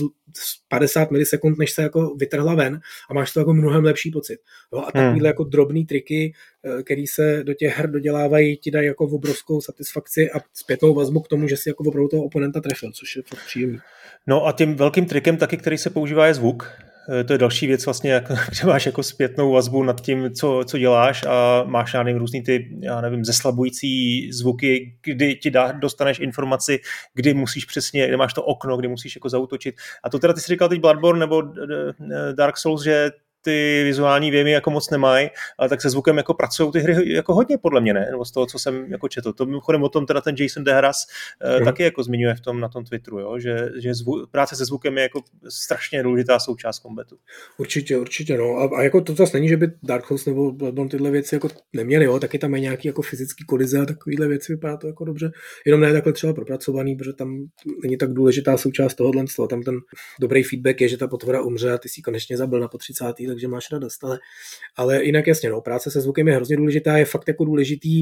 Speaker 2: 50 milisekund, než se jako vytrhla ven a máš to jako mnohem lepší pocit. Jo? A takovýhle jako drobný triky, který se do těch her dodělávají, ti dají jako obrovskou satisfakci a zpětnou vazbu k tomu, že si jako opravdu toho oponenta trefil, což je fakt příjemný.
Speaker 1: No a tím velkým trikem taky, který se používá, je zvuk. To je další věc vlastně, jak, kde máš jako zpětnou vazbu nad tím, co děláš a máš na něm různý ty, zeslabující zvuky, kdy ti dostaneš informaci, kdy musíš přesně, kde máš to okno, kdy musíš jako zaútočit. A to teda ty jsi říkal teď Bloodborne nebo Dark Souls, že ty vizuální věmy jako moc nemají, ale tak se zvukem jako pracují ty hry jako hodně podle mě, ne? Nebo z toho, co jsem jako četl. To mimochodem o tom teda ten Jason Deharas taky jako zmiňuje na tom Twitteru, jo? Že práce se zvukem je jako strašně důležitá součást kombetu.
Speaker 2: Určitě, no. A jako to zase není, že by Dark Souls nebo Bloodborne tyhle věci jako neměly, jo? Taky tam mají nějaký jako fyzický kolize a takovýhle věci, vypadá to jako dobře. Jenom ne takhle třeba propracovaný, protože tam není tak důležitá součást tohohle. Tam ten dobrý feedback je, že ta potvora umře a ty si konečně zabil na po 30. takže máš radost, ale jinak jasně, no, práce se zvukem je hrozně důležitá, je fakt jako důležitý,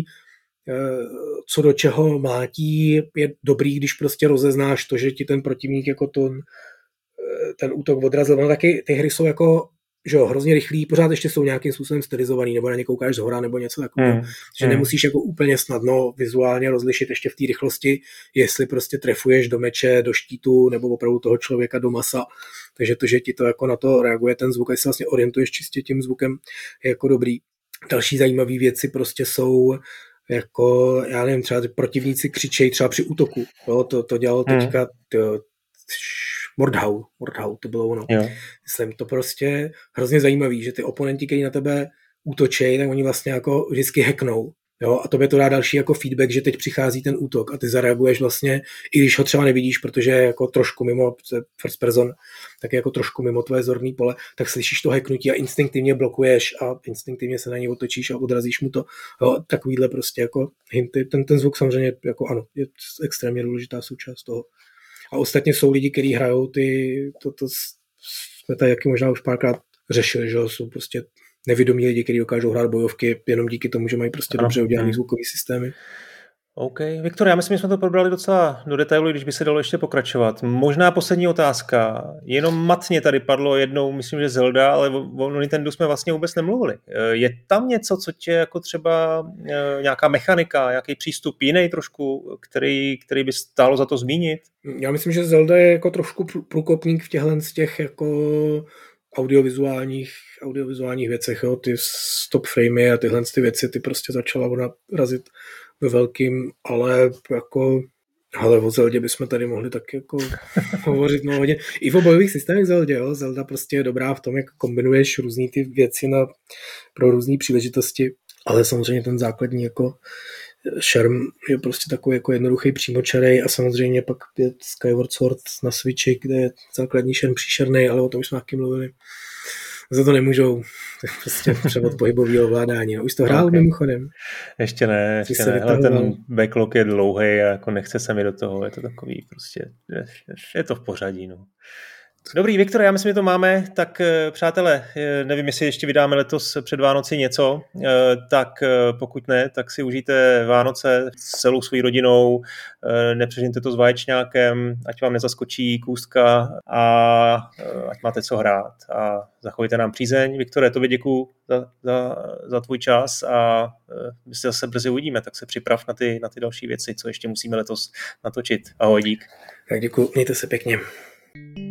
Speaker 2: co do čeho mlátí, je dobrý, když prostě rozeznáš to, že ti ten protivník jako ten útok odrazil, no taky ty hry jsou jako, že jo, hrozně rychlý, pořád ještě jsou nějakým způsobem stylizovaný, nebo na ně koukáš zhora, nebo něco takového, že nemusíš jako úplně snadno vizuálně rozlišit ještě v té rychlosti, jestli prostě trefuješ do meče, do štítu, nebo opravdu toho člověka do masa, takže to, že ti to jako na to reaguje ten zvuk, a se vlastně orientuješ čistě tím zvukem, je jako dobrý. Další zajímavé věci prostě jsou jako, já nevím, třeba protivníci křičejí třeba při útoku, jo, to dělalo teďka Mordhau, to bylo ono. Jo. Myslím, to prostě hrozně zajímavý, že ty oponenti, kteří na tebe útočí, tak oni vlastně jako vždycky hacknou. Jo, a tobě to dá další jako feedback, že teď přichází ten útok a ty zareaguješ vlastně, i když ho třeba nevidíš, protože je jako trošku mimo first person, tak je jako trošku mimo tvoje zorný pole, tak slyšíš to hacknutí a instinktivně blokuješ a instinktivně se na něj otočíš a odrazíš mu to. Jo, takovýhle prostě jako hinty. Ten zvuk samozřejmě jako ano, je extrémně důležitá součást toho. A ostatně jsou lidi, kteří hrajou to jsme tady jaký možná už párkrát řešili, že jsou prostě nevědomí lidi, kteří dokážou hrát bojovky jenom díky tomu, že mají prostě dobře udělaný zvukový systémy.
Speaker 1: OK. Viktor, já myslím, že jsme to probrali docela do detailu, když by se dalo ještě pokračovat. Možná poslední otázka. Jenom matně tady padlo jednou, myslím, že Zelda, ale o Nintendo jsme vlastně vůbec nemluvili. Je tam něco, co tě jako třeba nějaká mechanika, nějaký přístup jiný trošku, který by stálo za to zmínit?
Speaker 2: Já myslím, že Zelda je jako trošku průkopník v těchhle z těch jako audiovizuálních věcech, jo? Ty stop framey a tyhle ty věci, ty prostě začala ona razit ve velkým, ale jako o Zeldě bychom tady mohli tak jako hovořit mnoho hodin. I v bojových systémech Zeldě, jo? Zelda prostě je dobrá v tom, jak kombinuješ různý ty věci pro různé příležitosti, ale samozřejmě ten základní jako šerm je prostě takový jako jednoduchý přímočarej a samozřejmě pak je Skyward Sword na Switchi, kde je základní šerm příšerný, ale o tom jsme taky mluvili. Za to nemůžou. To je prostě převod pohybového ovládání. Už to hrál mimochodem?
Speaker 1: Ještě ne. Ale ten backlog je dlouhý a jako nechce se mi do toho. Je to takový prostě, je to v pořadí. No. Dobrý, Viktor, já myslím, že to máme. Tak přátelé, nevím, jestli ještě vydáme letos před Vánoci něco, tak pokud ne, tak si užijte Vánoce s celou svou rodinou, nepřežijte to s vaječňákem, ať vám nezaskočí kůstka a ať máte co hrát a zachovejte nám přízeň. Viktore, tobě děkuju za tvůj čas a my se zase brzy uvidíme, tak se připrav na ty další věci, co ještě musíme letos natočit. Ahoj, dík.
Speaker 2: Tak děkuju, mějte se pěkně.